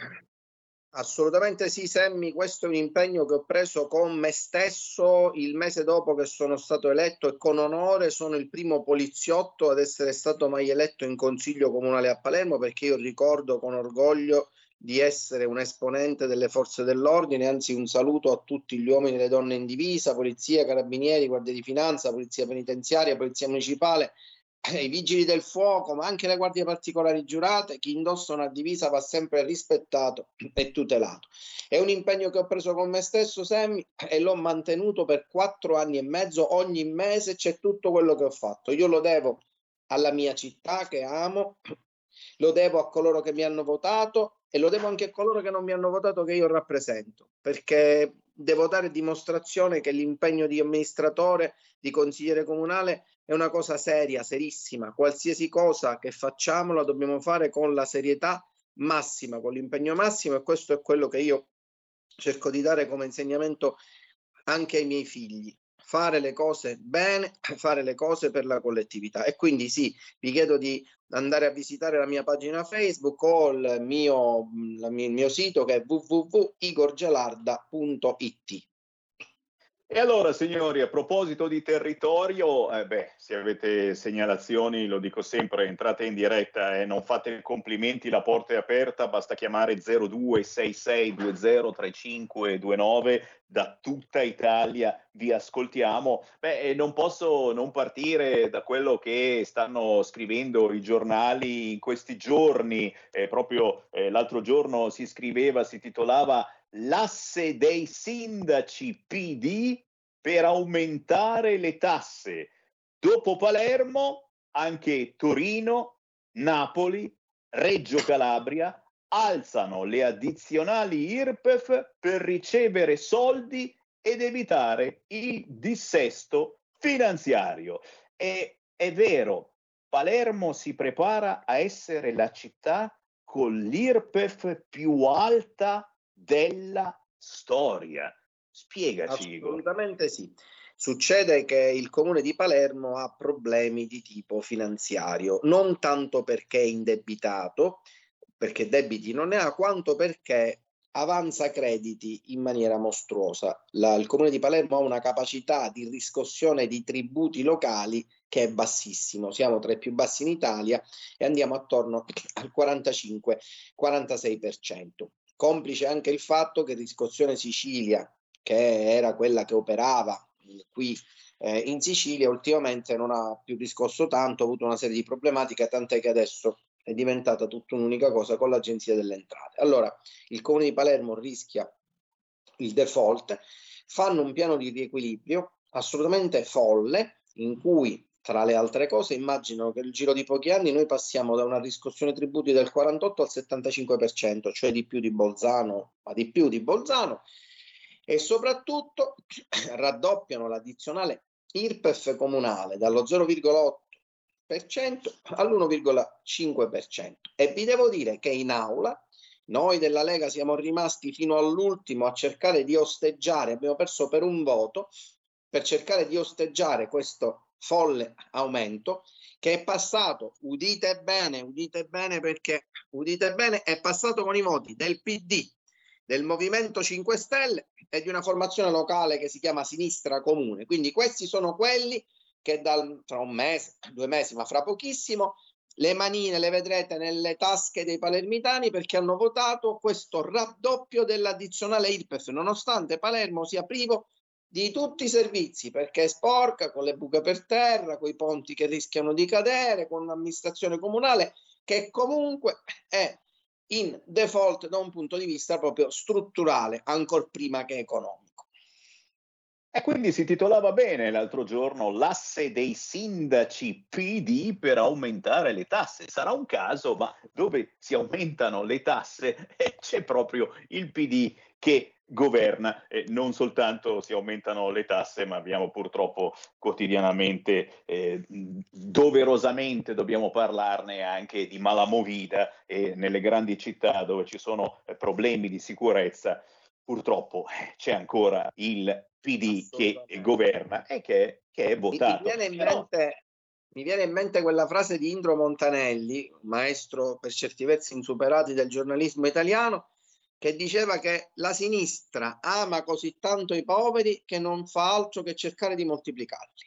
Assolutamente sì, Sammy, questo è un impegno che ho preso con me stesso il mese dopo che sono stato eletto e con onore sono il primo poliziotto ad essere stato mai eletto in Consiglio Comunale a Palermo, perché io ricordo con orgoglio di essere un esponente delle forze dell'ordine, anzi un saluto a tutti gli uomini e le donne in divisa, polizia, carabinieri, guardia di finanza, polizia penitenziaria, polizia municipale, i vigili del fuoco, ma anche le guardie particolari giurate. Chi indossa una divisa va sempre rispettato e tutelato. È un impegno che ho preso con me stesso, Sammy, e l'ho mantenuto per quattro anni e mezzo. Ogni mese c'è tutto quello che ho fatto. Io lo devo alla mia città che amo, lo devo a coloro che mi hanno votato e lo devo anche a coloro che non mi hanno votato, che io rappresento, perché devo dare dimostrazione che l'impegno di amministratore, di consigliere comunale è una cosa seria, serissima. Qualsiasi cosa che facciamo la dobbiamo fare con la serietà massima, con l'impegno massimo, e questo è quello che io cerco di dare come insegnamento anche ai miei figli. Fare le cose bene, fare le cose per la collettività. E quindi sì, vi chiedo di andare a visitare la mia pagina Facebook o il mio, la mia, il mio sito che è w w w punto igor gelarda punto i t. E allora, signori, a proposito di territorio, eh beh, se avete segnalazioni, lo dico sempre, entrate in diretta e non fate complimenti, la porta è aperta, basta chiamare zero due sei sei due zero tre cinque due nove, da tutta Italia vi ascoltiamo. Beh, non posso non partire da quello che stanno scrivendo i giornali in questi giorni, eh, proprio eh, l'altro giorno si scriveva, si titolava "L'asse dei sindaci P D per aumentare le tasse". Dopo Palermo, anche Torino, Napoli, Reggio Calabria alzano le addizionali I R P E F per ricevere soldi ed evitare il dissesto finanziario. E è vero, Palermo si prepara a essere la città con l'I R P E F più alta della storia. Spiegaci, Igor. Assolutamente sì. Succede che il comune di Palermo ha problemi di tipo finanziario, non tanto perché è indebitato, perché debiti non ne ha, quanto perché avanza crediti in maniera mostruosa. La, il comune di Palermo ha una capacità di riscossione di tributi locali che è bassissimo, siamo tra i più bassi in Italia e andiamo attorno al quarantacinque quarantasei per cento. Complice anche il fatto che Riscossione Sicilia, che era quella che operava qui eh, in Sicilia ultimamente non ha più riscosso tanto, ha avuto una serie di problematiche, tant'è che adesso è diventata tutta un'unica cosa con l'Agenzia delle Entrate. Allora, il Comune di Palermo rischia il default, fanno un piano di riequilibrio assolutamente folle, in cui, tra le altre cose, immaginano che nel giro di pochi anni noi passiamo da una riscossione tributi del quarantotto al settantacinque per cento, cioè di più di Bolzano, ma di più di Bolzano, e soprattutto raddoppiano l'addizionale I R P E F comunale dallo zero virgola otto per cento all'uno virgola cinque per cento. E vi devo dire che in aula noi della Lega siamo rimasti fino all'ultimo a cercare di osteggiare, abbiamo perso per un voto, per cercare di osteggiare questo folle aumento che è passato, udite bene, udite bene perché, udite bene, è passato con i voti del P D, del Movimento cinque Stelle e di una formazione locale che si chiama Sinistra Comune. Quindi questi sono quelli che dal, tra un mese, due mesi, ma fra pochissimo, le manine le vedrete nelle tasche dei palermitani perché hanno votato questo raddoppio dell'addizionale I R P E F, nonostante Palermo sia privo di tutti i servizi, perché è sporca, con le buche per terra, con i ponti che rischiano di cadere, con un'amministrazione comunale che comunque è in default da un punto di vista proprio strutturale, ancor prima che economico. E quindi si titolava bene l'altro giorno l'asse dei sindaci P D per aumentare le tasse. Sarà un caso, ma dove si aumentano le tasse eh, c'è proprio il P D che governa. Eh, non soltanto si aumentano le tasse, ma abbiamo purtroppo quotidianamente, eh, doverosamente dobbiamo parlarne anche di malamovida e nelle grandi città dove ci sono eh, problemi di sicurezza. Purtroppo eh, c'è ancora il P D che governa e che, che è votato. Mi, mi, viene in mente, mi viene in mente quella frase di Indro Montanelli, maestro per certi versi insuperati del giornalismo italiano, che diceva che la sinistra ama così tanto i poveri che non fa altro che cercare di moltiplicarli.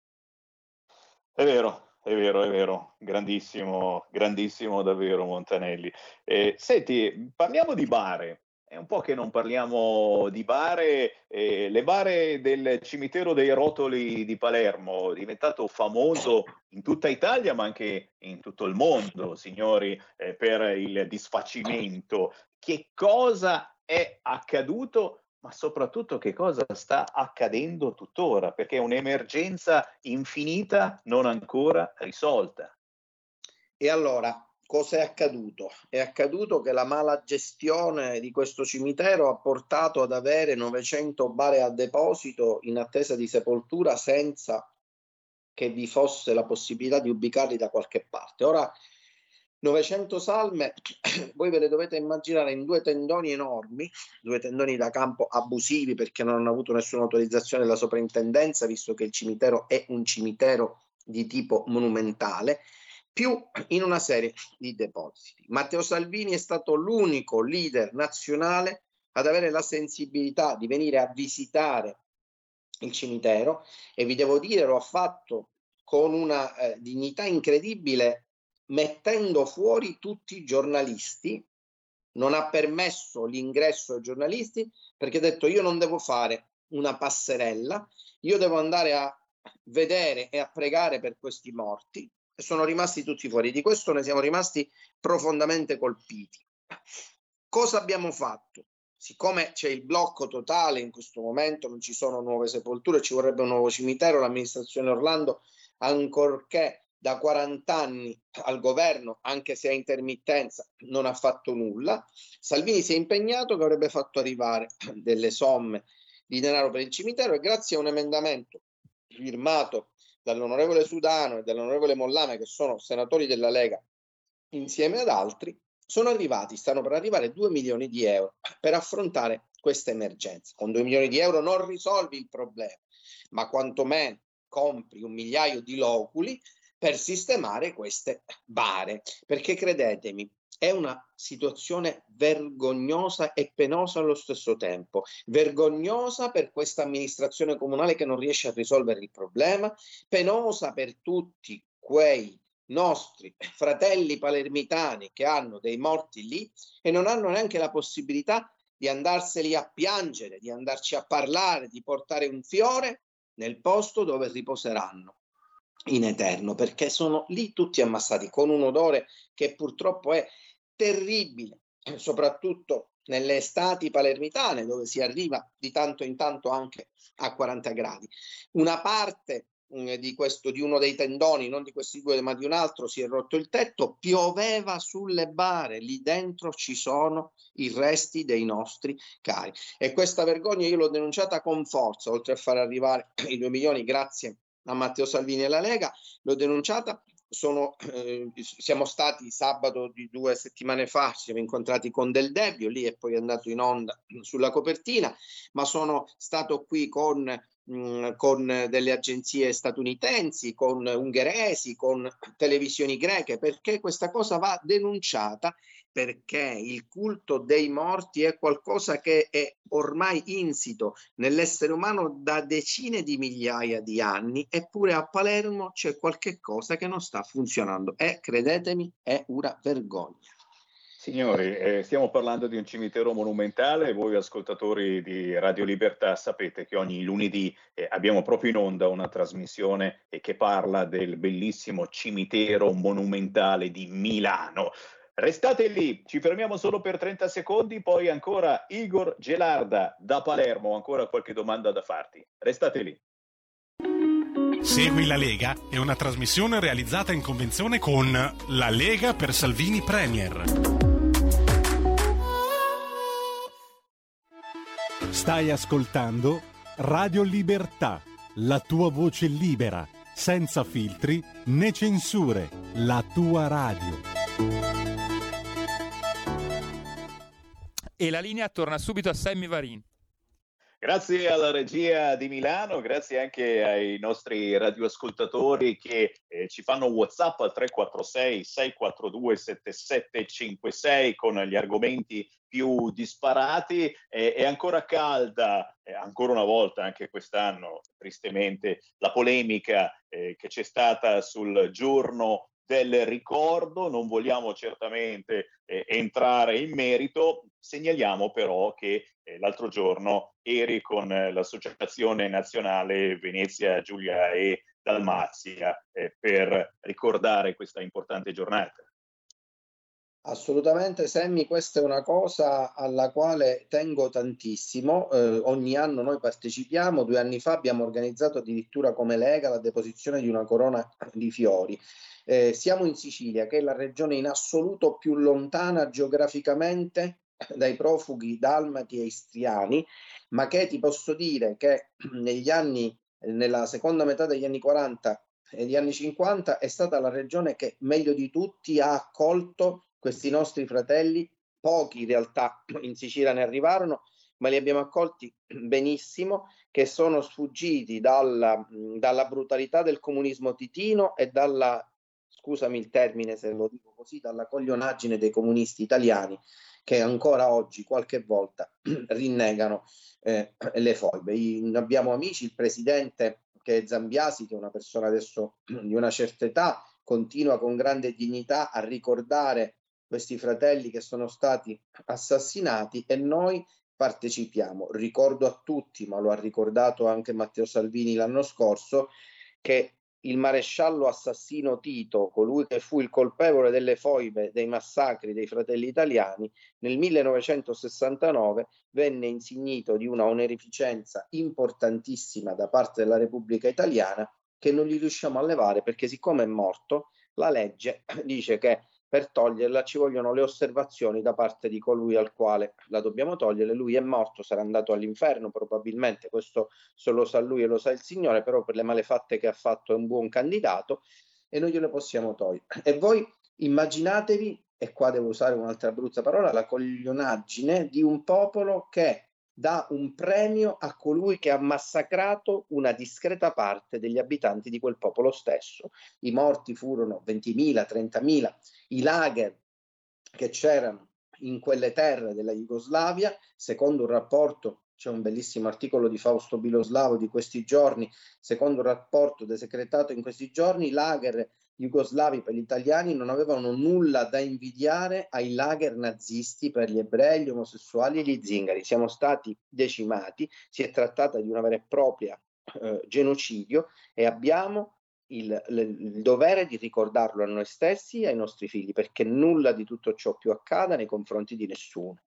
È vero, è vero, è vero, grandissimo, grandissimo davvero Montanelli. Eh, senti, parliamo di bare. È un po' che non parliamo di bare, eh, le bare del cimitero dei Rotoli di Palermo, diventato famoso in tutta Italia ma anche in tutto il mondo, signori, eh, per il disfacimento. Che cosa è accaduto, ma soprattutto che cosa sta accadendo tuttora, perché è un'emergenza infinita non ancora risolta. E allora, cosa è accaduto? È accaduto che la mala gestione di questo cimitero ha portato ad avere novecento bare a deposito in attesa di sepoltura senza che vi fosse la possibilità di ubicarli da qualche parte. Ora, novecento salme, voi ve le dovete immaginare in due tendoni enormi, due tendoni da campo abusivi perché non hanno avuto nessuna autorizzazione della soprintendenza, visto che il cimitero è un cimitero di tipo monumentale, più in una serie di depositi. Matteo Salvini è stato l'unico leader nazionale ad avere la sensibilità di venire a visitare il cimitero e vi devo dire lo ha fatto con una eh, dignità incredibile, mettendo fuori tutti i giornalisti, non ha permesso l'ingresso ai giornalisti perché ha detto io non devo fare una passerella, io devo andare a vedere e a pregare per questi morti. Sono rimasti tutti fuori. Di questo ne siamo rimasti profondamente colpiti. Cosa abbiamo fatto? Siccome c'è il blocco totale in questo momento, non ci sono nuove sepolture, ci vorrebbe un nuovo cimitero, l'amministrazione Orlando, ancorché da quaranta anni al governo, anche se a intermittenza, non ha fatto nulla. Salvini si è impegnato che avrebbe fatto arrivare delle somme di denaro per il cimitero e grazie a un emendamento firmato dall'onorevole Sudano e dall'onorevole Mollame, che sono senatori della Lega, insieme ad altri, sono arrivati, stanno per arrivare due milioni di euro per affrontare questa emergenza. Con due milioni di euro non risolvi il problema, ma quantomeno compri un migliaio di loculi per sistemare queste bare, perché credetemi, è una situazione vergognosa e penosa allo stesso tempo. Vergognosa per questa amministrazione comunale che non riesce a risolvere il problema, penosa per tutti quei nostri fratelli palermitani che hanno dei morti lì e non hanno neanche la possibilità di andarseli a piangere, di andarci a parlare, di portare un fiore nel posto dove riposeranno in eterno, perché sono lì tutti ammassati con un odore che purtroppo è terribile, soprattutto nelle estati palermitane, dove si arriva di tanto in tanto anche a quaranta gradi. Una parte mh, di questo, di uno dei tendoni, non di questi due ma di un altro, si è rotto il tetto, pioveva sulle bare, lì dentro ci sono i resti dei nostri cari, e questa vergogna io l'ho denunciata con forza, oltre a far arrivare i due milioni grazie a Matteo Salvini e alla Lega, l'ho denunciata. Sono, eh, siamo stati sabato di due settimane fa, ci siamo incontrati con Del Debbio, lì è poi andato in onda sulla copertina, ma sono stato qui con, mh, con delle agenzie statunitensi, con ungheresi, con televisioni greche, perché questa cosa va denunciata, perché il culto dei morti è qualcosa che è ormai insito nell'essere umano da decine di migliaia di anni, eppure a Palermo c'è qualche cosa che non sta funzionando e, credetemi, è una vergogna. Signori, eh, stiamo parlando di un cimitero monumentale. Voi ascoltatori di Radio Libertà sapete che ogni lunedì eh, abbiamo proprio in onda una trasmissione eh, che parla del bellissimo cimitero monumentale di Milano. Restate lì, ci fermiamo solo per trenta secondi, poi ancora Igor Gelarda da Palermo, ancora qualche domanda da farti. Restate lì. Segui la Lega è una trasmissione realizzata in convenzione con La Lega per Salvini Premier. Stai ascoltando Radio Libertà, la tua voce libera, senza filtri né censure, la tua radio. E la linea torna subito a Sammy Varin. Grazie alla regia di Milano, grazie anche ai nostri radioascoltatori che eh, ci fanno WhatsApp al tre quattro sei sei quattro due sette sette cinque sei con gli argomenti più disparati. Eh, è ancora calda, eh, ancora una volta anche quest'anno, tristemente, la polemica eh, che c'è stata sul giorno del ricordo. Non vogliamo certamente eh, entrare in merito, segnaliamo però che eh, l'altro giorno eri con eh, l'Associazione Nazionale Venezia, Giulia e Dalmazia eh, per ricordare questa importante giornata. Assolutamente, Sammy, questa è una cosa alla quale tengo tantissimo. Eh, ogni anno noi partecipiamo. Due anni fa abbiamo organizzato addirittura come Lega la deposizione di una corona di fiori. Eh, siamo in Sicilia, che è la regione in assoluto più lontana geograficamente dai profughi dalmati e istriani, ma che ti posso dire che negli anni, nella seconda metà degli anni quaranta e degli anni cinquanta è stata la regione che meglio di tutti ha accolto questi nostri fratelli. Pochi in realtà in Sicilia ne arrivarono, ma li abbiamo accolti benissimo, che sono sfuggiti dalla, dalla brutalità del comunismo titino e dalla, scusami il termine se lo dico così, dalla coglionaggine dei comunisti italiani, che ancora oggi qualche volta rinnegano eh, le foibe. I, abbiamo amici, il presidente che è Zambiasi, che è una persona adesso di una certa età, continua con grande dignità a ricordare questi fratelli che sono stati assassinati, e noi partecipiamo. Ricordo a tutti, ma lo ha ricordato anche Matteo Salvini l'anno scorso, che il maresciallo assassino Tito, colui che fu il colpevole delle foibe dei massacri dei fratelli italiani, nel millenovecentosessantanove venne insignito di una onorificenza importantissima da parte della Repubblica Italiana, che non gli riusciamo a levare, perché siccome è morto, la legge dice che per toglierla ci vogliono le osservazioni da parte di colui al quale la dobbiamo togliere. Lui è morto, sarà andato all'inferno probabilmente, questo solo lo sa lui e lo sa il Signore, però per le malefatte che ha fatto è un buon candidato e noi glielo possiamo togliere. E voi immaginatevi, e qua devo usare un'altra brutta parola, la coglionaggine di un popolo che dà un premio a colui che ha massacrato una discreta parte degli abitanti di quel popolo stesso. I morti furono ventimila, trentamila, i lager che c'erano in quelle terre della Jugoslavia, secondo un rapporto, c'è un bellissimo articolo di Fausto Biloslavo di questi giorni, secondo un rapporto desecretato in questi giorni, i lager jugoslavi per gli italiani non avevano nulla da invidiare ai lager nazisti per gli ebrei, gli omosessuali e gli zingari. Siamo stati decimati, si è trattata di una vera e propria eh, genocidio e abbiamo il, il, il dovere di ricordarlo a noi stessi e ai nostri figli, perché nulla di tutto ciò più accada nei confronti di nessuno.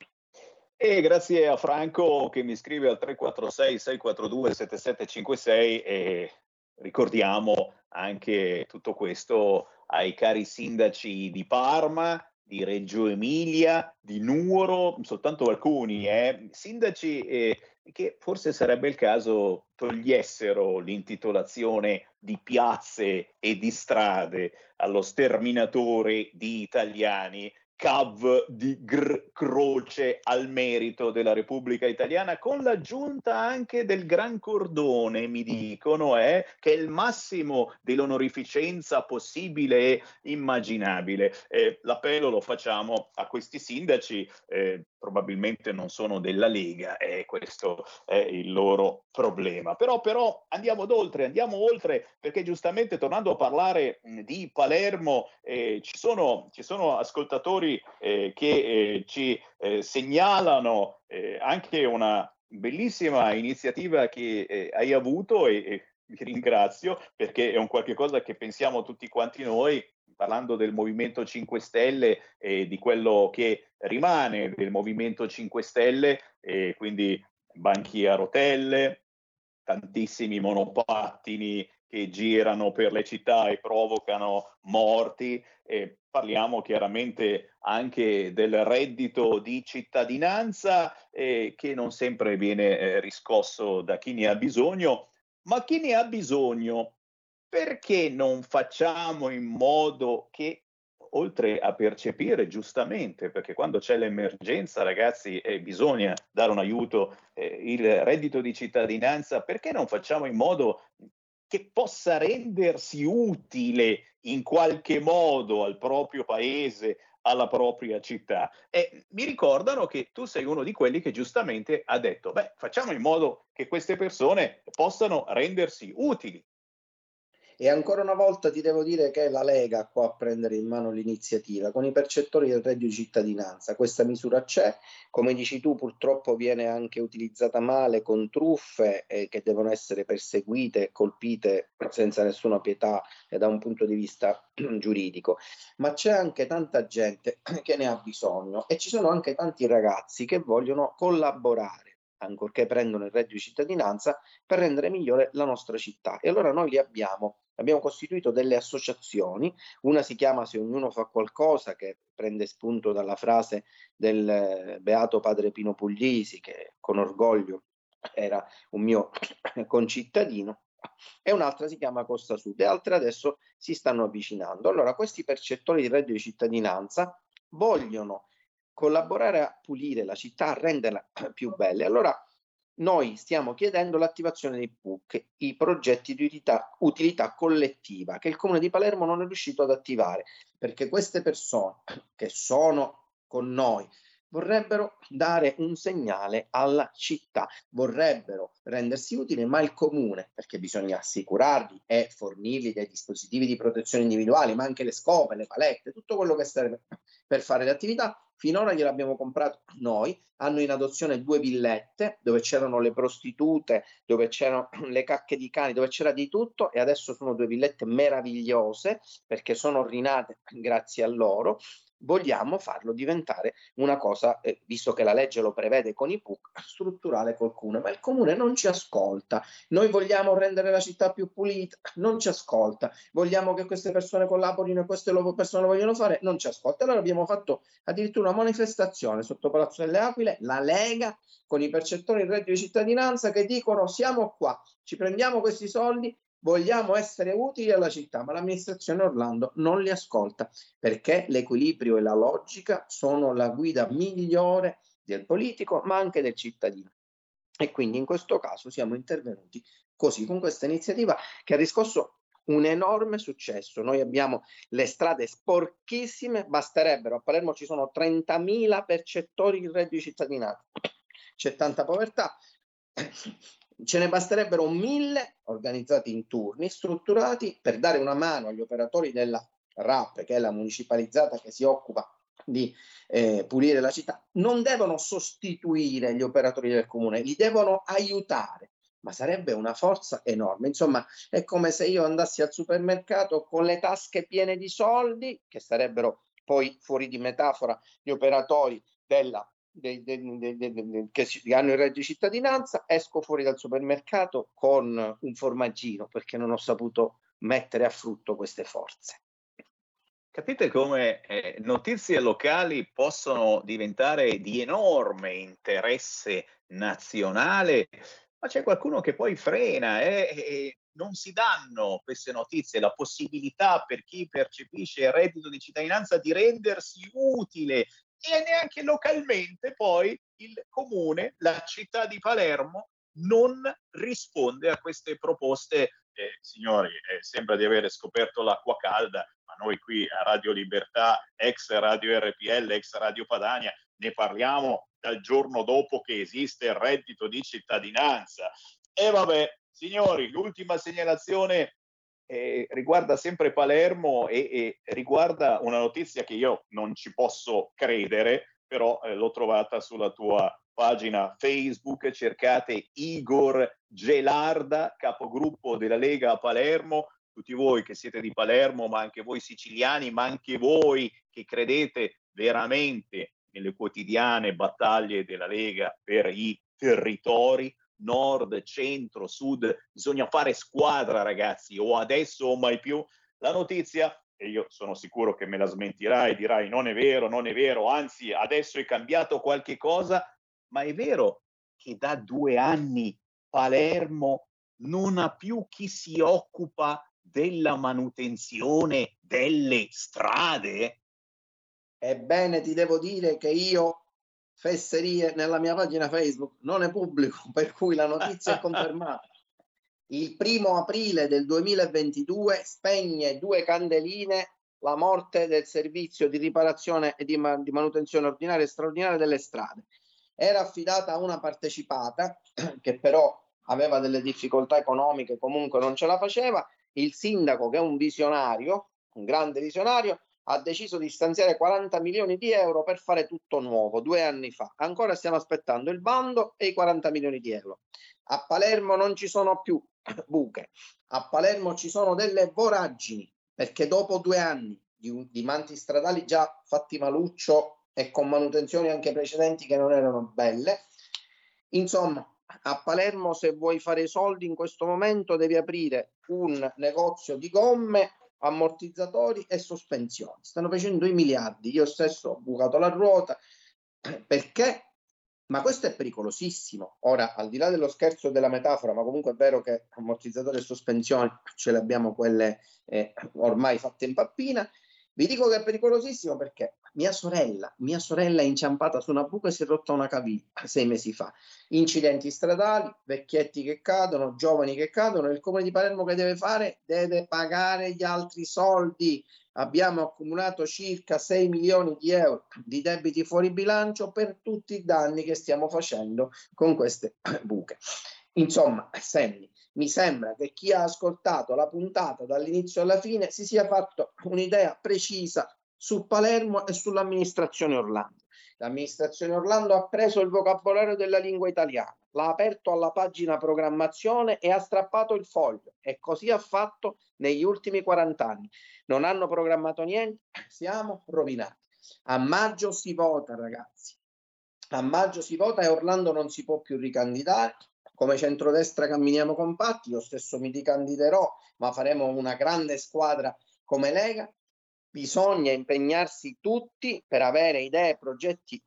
E grazie a Franco che mi scrive al tre quattro sei sei quattro due sette sette cinque sei e ricordiamo anche tutto questo ai cari sindaci di Parma, di Reggio Emilia, di Nuoro, soltanto alcuni, eh, sindaci eh, che forse sarebbe il caso togliessero l'intitolazione di piazze e di strade allo sterminatore di italiani, C A V di gr- croce al merito della Repubblica Italiana, con l'aggiunta anche del Gran Cordone, mi dicono, eh, che è il massimo dell'onorificenza possibile e immaginabile. Eh, l'appello lo facciamo a questi sindaci, eh, probabilmente non sono della Lega e eh, questo è il loro problema. Però, però andiamo ad oltre, andiamo oltre, perché giustamente tornando a parlare mh, di Palermo, eh, ci sono, ci sono ascoltatori Eh, che eh, ci eh, segnalano eh, anche una bellissima iniziativa che eh, hai avuto e, e vi ringrazio, perché è un qualche cosa che pensiamo tutti quanti noi, parlando del Movimento cinque Stelle e di quello che rimane del Movimento cinque Stelle, e quindi banchi a rotelle, tantissimi monopattini che girano per le città e provocano morti. E parliamo chiaramente anche del reddito di cittadinanza eh, che non sempre viene eh, riscosso da chi ne ha bisogno, ma chi ne ha bisogno, perché non facciamo in modo che, oltre a percepire giustamente, perché quando c'è l'emergenza, ragazzi, eh, bisogna dare un aiuto, eh, il reddito di cittadinanza, perché non facciamo in modo che possa rendersi utile in qualche modo al proprio paese, alla propria città? E mi ricordano che tu sei uno di quelli che giustamente ha detto, beh, facciamo in modo che queste persone possano rendersi utili. E ancora una volta ti devo dire che è la Lega qua a prendere in mano l'iniziativa con i percettori del reddito di cittadinanza. Questa misura c'è, come dici tu, purtroppo viene anche utilizzata male, con truffe eh, che devono essere perseguite e colpite senza nessuna pietà eh, da un punto di vista giuridico. Ma c'è anche tanta gente che ne ha bisogno e ci sono anche tanti ragazzi che vogliono collaborare, ancorché prendono il reddito di cittadinanza, per rendere migliore la nostra città. E allora noi li abbiamo. Abbiamo costituito delle associazioni, una si chiama Se ognuno fa qualcosa, che prende spunto dalla frase del beato padre Pino Puglisi, che con orgoglio era un mio concittadino, e un'altra si chiama Costa Sud, e altre adesso si stanno avvicinando. Allora questi percettori di reddito di cittadinanza vogliono collaborare a pulire la città, a renderla più bella. Allora noi stiamo chiedendo l'attivazione dei P U C, i progetti di utilità, utilità collettiva, che il Comune di Palermo non è riuscito ad attivare, perché queste persone che sono con noi vorrebbero dare un segnale alla città, vorrebbero rendersi utili, ma il Comune, perché bisogna assicurarli e fornirgli dei dispositivi di protezione individuali, ma anche le scope, le palette, tutto quello che serve per fare le attività, finora gliel'abbiamo comprato noi. Hanno in adozione due villette dove c'erano le prostitute, dove c'erano le cacche di cani, dove c'era di tutto, e adesso sono due villette meravigliose perché sono rinate grazie a loro. Vogliamo farlo diventare una cosa, eh, visto che la legge lo prevede con i P U C, strutturale col Comune, ma il Comune non ci ascolta. Noi vogliamo rendere la città più pulita, non ci ascolta. Vogliamo che queste persone collaborino e queste persone lo vogliono fare, non ci ascolta. Allora abbiamo fatto addirittura una manifestazione sotto Palazzo delle Aquile, la Lega con i percettori del reddito di cittadinanza che dicono: siamo qua, ci prendiamo questi soldi, vogliamo essere utili alla città, ma l'amministrazione Orlando non li ascolta, perché l'equilibrio e la logica sono la guida migliore del politico, ma anche del cittadino. E quindi in questo caso siamo intervenuti così, con questa iniziativa che ha riscosso un enorme successo. Noi abbiamo le strade sporchissime, basterebbero, a Palermo ci sono trentamila percettori di reddito di cittadinanza, c'è tanta povertà. Ce ne basterebbero mille organizzati in turni, strutturati, per dare una mano agli operatori della R A P, che è la municipalizzata che si occupa di eh, pulire la città. Non devono sostituire gli operatori del comune, li devono aiutare, ma sarebbe una forza enorme. Insomma, è come se io andassi al supermercato con le tasche piene di soldi, che sarebbero poi, fuori di metafora, gli operatori della, dei, dei, dei, dei, dei, che, si, che hanno il reddito di cittadinanza, esco fuori dal supermercato con un formaggino perché non ho saputo mettere a frutto queste forze. Capite come eh, notizie locali possono diventare di enorme interesse nazionale, ma c'è qualcuno che poi frena eh, e non si danno queste notizie la possibilità per chi percepisce il reddito di cittadinanza di rendersi utile, e neanche localmente poi il comune, la città di Palermo, non risponde a queste proposte. Eh, signori, eh, sembra di avere scoperto l'acqua calda, ma noi qui a Radio Libertà, ex Radio R P L, ex Radio Padania, ne parliamo dal giorno dopo che esiste il reddito di cittadinanza. E vabbè, signori, l'ultima segnalazione eh, riguarda sempre Palermo e, e riguarda una notizia che io non ci posso credere, però eh, l'ho trovata sulla tua pagina Facebook. Cercate Igor Gelarda, capogruppo della Lega a Palermo. Tutti voi che siete di Palermo, ma anche voi siciliani, ma anche voi che credete veramente nelle quotidiane battaglie della Lega per i territori, nord, centro, sud, bisogna fare squadra, ragazzi, o adesso o mai più. La notizia, e io sono sicuro che me la smentirai e dirai non è vero, non è vero, anzi adesso è cambiato qualche cosa, ma è vero che da due anni Palermo non ha più chi si occupa della manutenzione delle strade? Ebbene, ti devo dire che io fesserie nella mia pagina Facebook non ne pubblico, per cui la notizia è confermata. Il primo aprile del duemilaventidue spegne due candeline la morte del servizio di riparazione e di, ma- di manutenzione ordinaria e straordinaria delle strade. Era affidata a una partecipata che però aveva delle difficoltà economiche, comunque non ce la faceva. Il sindaco, che è un visionario, un grande visionario, ha deciso di stanziare quaranta milioni di euro per fare tutto nuovo due anni fa. Ancora stiamo aspettando il bando e i quaranta milioni di euro. A Palermo non ci sono più buche, a Palermo ci sono delle voragini, perché dopo due anni di, di manti stradali già fatti maluccio e con manutenzioni anche precedenti che non erano belle, insomma, a Palermo se vuoi fare i soldi in questo momento devi aprire un negozio di gomme, ammortizzatori e sospensioni. Stanno facendo i miliardi. Io stesso ho bucato la ruota perché, ma questo è pericolosissimo. Ora, al di là dello scherzo della metafora, ma comunque è vero che ammortizzatori e sospensioni ce le abbiamo quelle eh, ormai fatte in pappina. Vi dico che è pericolosissimo perché mia sorella, mia sorella è inciampata su una buca e si è rotta una caviglia sei mesi fa. Incidenti stradali, vecchietti che cadono, giovani che cadono. Il comune di Palermo che deve fare? Deve pagare gli altri soldi. Abbiamo accumulato circa sei milioni di euro di debiti fuori bilancio per tutti i danni che stiamo facendo con queste buche. Insomma, Sammy, mi sembra che chi ha ascoltato la puntata dall'inizio alla fine si sia fatto un'idea precisa su Palermo e sull'amministrazione Orlando. L'amministrazione Orlando ha preso il vocabolario della lingua italiana, l'ha aperto alla pagina programmazione e ha strappato il foglio, e così ha fatto negli ultimi quaranta anni. Non hanno programmato niente, siamo rovinati. A maggio si vota, ragazzi. A maggio si vota e Orlando non si può più ricandidare. Come centrodestra camminiamo compatti, io stesso mi ricandiderò, ma faremo una grande squadra come Lega. Bisogna impegnarsi tutti per avere idee e progetti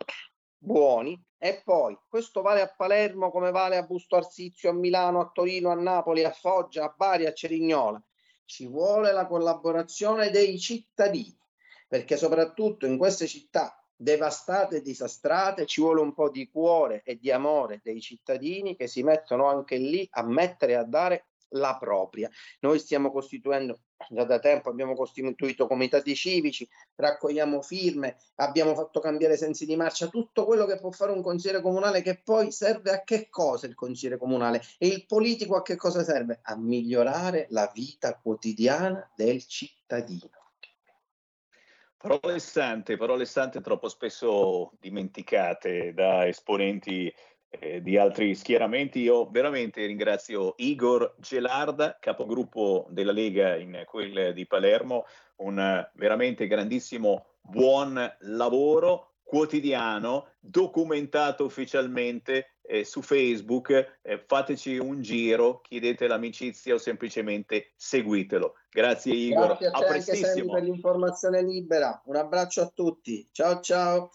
buoni, e poi questo vale a Palermo come vale a Busto Arsizio, a Milano, a Torino, a Napoli, a Foggia, a Bari, a Cerignola. Ci vuole la collaborazione dei cittadini, perché soprattutto in queste città devastate e disastrate ci vuole un po' di cuore e di amore dei cittadini che si mettono anche lì a mettere e a dare la propria. Noi stiamo costituendo già da tempo, abbiamo costituito comitati civici, raccogliamo firme, abbiamo fatto cambiare sensi di marcia, tutto quello che può fare un consigliere comunale, che poi serve a che cosa il consigliere comunale? E il politico a che cosa serve? A migliorare la vita quotidiana del cittadino. Parole sante, parole sante troppo spesso dimenticate da esponenti eh, di altri schieramenti. Io veramente ringrazio Igor Gelarda, capogruppo della Lega in quel di Palermo, un veramente grandissimo buon lavoro quotidiano, documentato ufficialmente eh, su Facebook. Eh, fateci un giro, chiedete l'amicizia o semplicemente seguitelo. Grazie Igor, Grazie a te anche Sammy per l'informazione libera. Un abbraccio a tutti. Ciao ciao.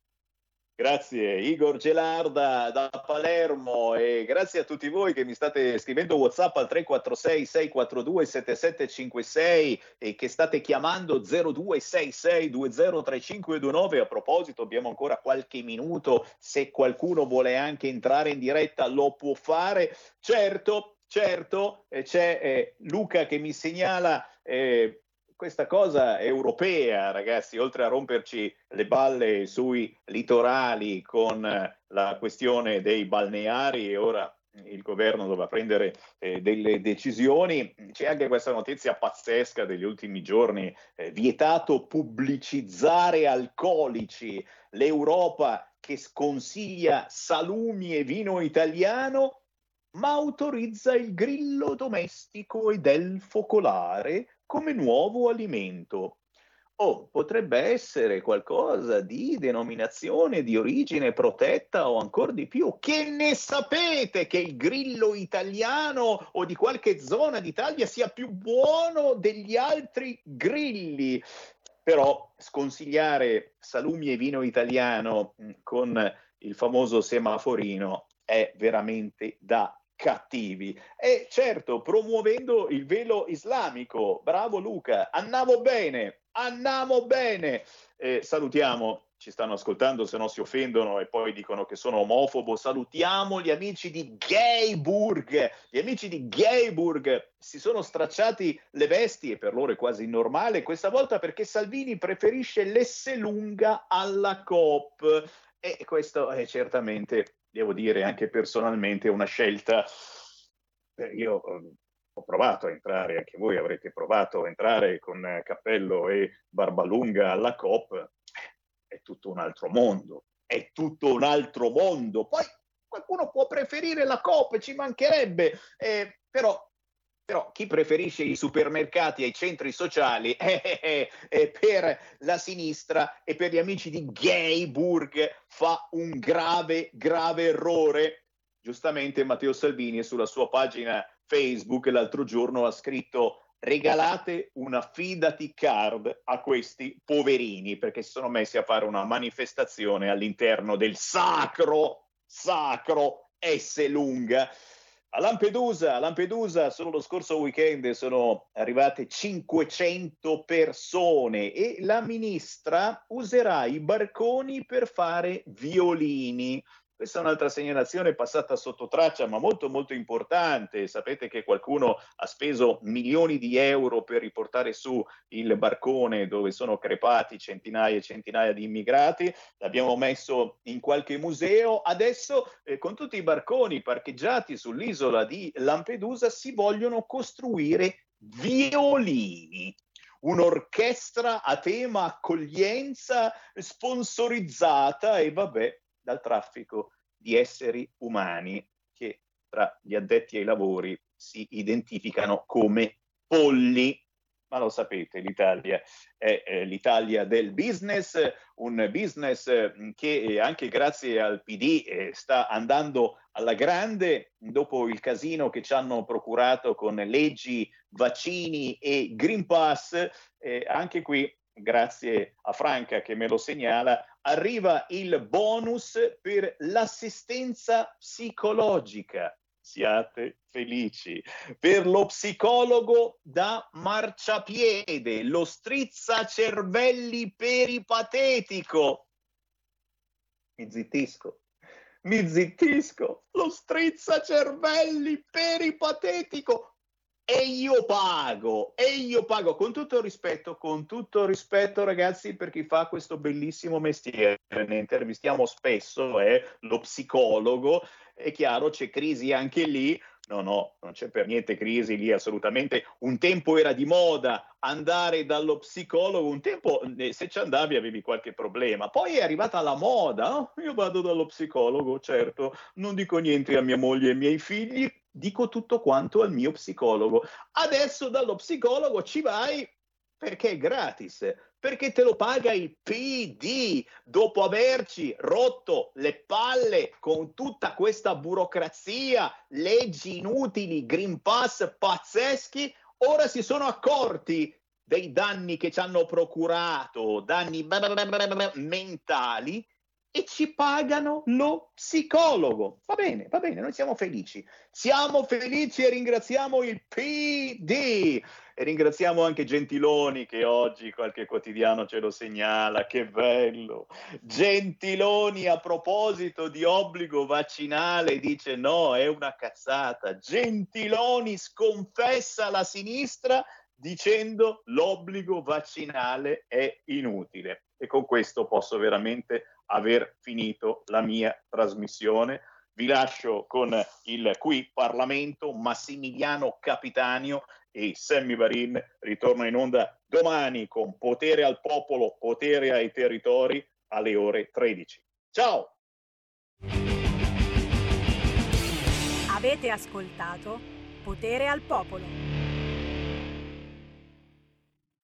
Grazie Igor Gelarda da Palermo, e grazie a tutti voi che mi state scrivendo WhatsApp al tre quattro sei sei quattro due sette sette cinque sei e che state chiamando zero due sei sei due zero tre cinque due nove. A proposito, abbiamo ancora qualche minuto, se qualcuno vuole anche entrare in diretta lo può fare. Certo, certo, eh, c'è eh, Luca che mi segnala eh, questa cosa europea, ragazzi, oltre a romperci le balle sui litorali con la questione dei balneari, e ora il governo dovrà prendere eh, delle decisioni, c'è anche questa notizia pazzesca degli ultimi giorni: eh, vietato pubblicizzare alcolici, l'Europa che sconsiglia salumi e vino italiano, ma autorizza il grillo domestico ed il focolare come nuovo alimento. O potrebbe essere qualcosa di denominazione di origine protetta o ancora di più. Che ne sapete che il grillo italiano o di qualche zona d'Italia sia più buono degli altri grilli? Però sconsigliare salumi e vino italiano con il famoso semaforino è veramente da cattivi. E certo, promuovendo il velo islamico. Bravo Luca, andiamo bene, andiamo bene. Eh, salutiamo, ci stanno ascoltando, se no si offendono e poi dicono che sono omofobo. Salutiamo gli amici di Gayburg. Gli amici di Gayburg si sono stracciati le vesti, e per loro è quasi normale questa volta, perché Salvini preferisce l'Esselunga alla Coop, e questo è certamente, devo dire anche personalmente, una scelta. Eh, io eh, ho provato a entrare, anche voi avrete provato a entrare con eh, cappello e barba lunga alla Coop. È tutto un altro mondo, è tutto un altro mondo. Poi qualcuno può preferire la Coop, ci mancherebbe, eh, però Però chi preferisce i supermercati ai centri sociali eh, eh, eh, per la sinistra e per gli amici di Gayburg fa un grave, grave errore. Giustamente Matteo Salvini sulla sua pagina Facebook l'altro giorno ha scritto: regalate una fidati card a questi poverini, perché si sono messi a fare una manifestazione all'interno del sacro, sacro Esselunga. A Lampedusa, a Lampedusa solo lo scorso weekend sono arrivate cinquecento persone e la ministra userà i barconi per fare violini. Questa è un'altra segnalazione passata sotto traccia, ma molto molto importante. Sapete che qualcuno ha speso milioni di euro per riportare su il barcone dove sono crepati centinaia e centinaia di immigrati. L'abbiamo messo in qualche museo. Adesso eh, con tutti i barconi parcheggiati sull'isola di Lampedusa si vogliono costruire violini. Un'orchestra a tema accoglienza sponsorizzata, e vabbè, dal traffico di esseri umani che tra gli addetti ai lavori si identificano come polli. Ma lo sapete, l'Italia è eh, l'Italia del business, un business eh, che anche grazie al P D eh, sta andando alla grande dopo il casino che ci hanno procurato con leggi, vaccini e Green Pass. Eh, anche qui, grazie a Franca che me lo segnala, arriva il bonus per l'assistenza psicologica. Siate felici. Per lo psicologo da marciapiede, lo strizzacervelli peripatetico. Mi zittisco, mi zittisco. Lo strizzacervelli peripatetico. E io pago, e io pago, con tutto il rispetto, con tutto il rispetto ragazzi per chi fa questo bellissimo mestiere, ne intervistiamo spesso, eh, lo psicologo, è chiaro c'è crisi anche lì, No, no, non c'è per niente crisi lì, assolutamente. Un tempo era di moda andare dallo psicologo, un tempo eh, se ci andavi avevi qualche problema, poi è arrivata la moda, oh, io vado dallo psicologo, certo, non dico niente a mia moglie e ai miei figli, dico tutto quanto al mio psicologo. Adesso dallo psicologo ci vai perché è gratis, perché te lo paga il P D, dopo averci rotto le palle con tutta questa burocrazia, leggi inutili, Green Pass pazzeschi, ora si sono accorti dei danni che ci hanno procurato, danni mentali, e ci pagano lo psicologo. Va bene, va bene, noi siamo felici. Siamo felici e ringraziamo il P D. E ringraziamo anche Gentiloni che oggi qualche quotidiano ce lo segnala. Che bello! Gentiloni a proposito di obbligo vaccinale dice no, è una cazzata. Gentiloni sconfessa la sinistra dicendo l'obbligo vaccinale è inutile. E con questo posso veramente aver finito la mia trasmissione. Vi lascio con il qui Parlamento, Massimiliano Capitanio e Sammy Varin. Ritorno in onda domani con Potere al Popolo, Potere ai Territori alle ore tredici. Ciao! Avete ascoltato Potere al Popolo.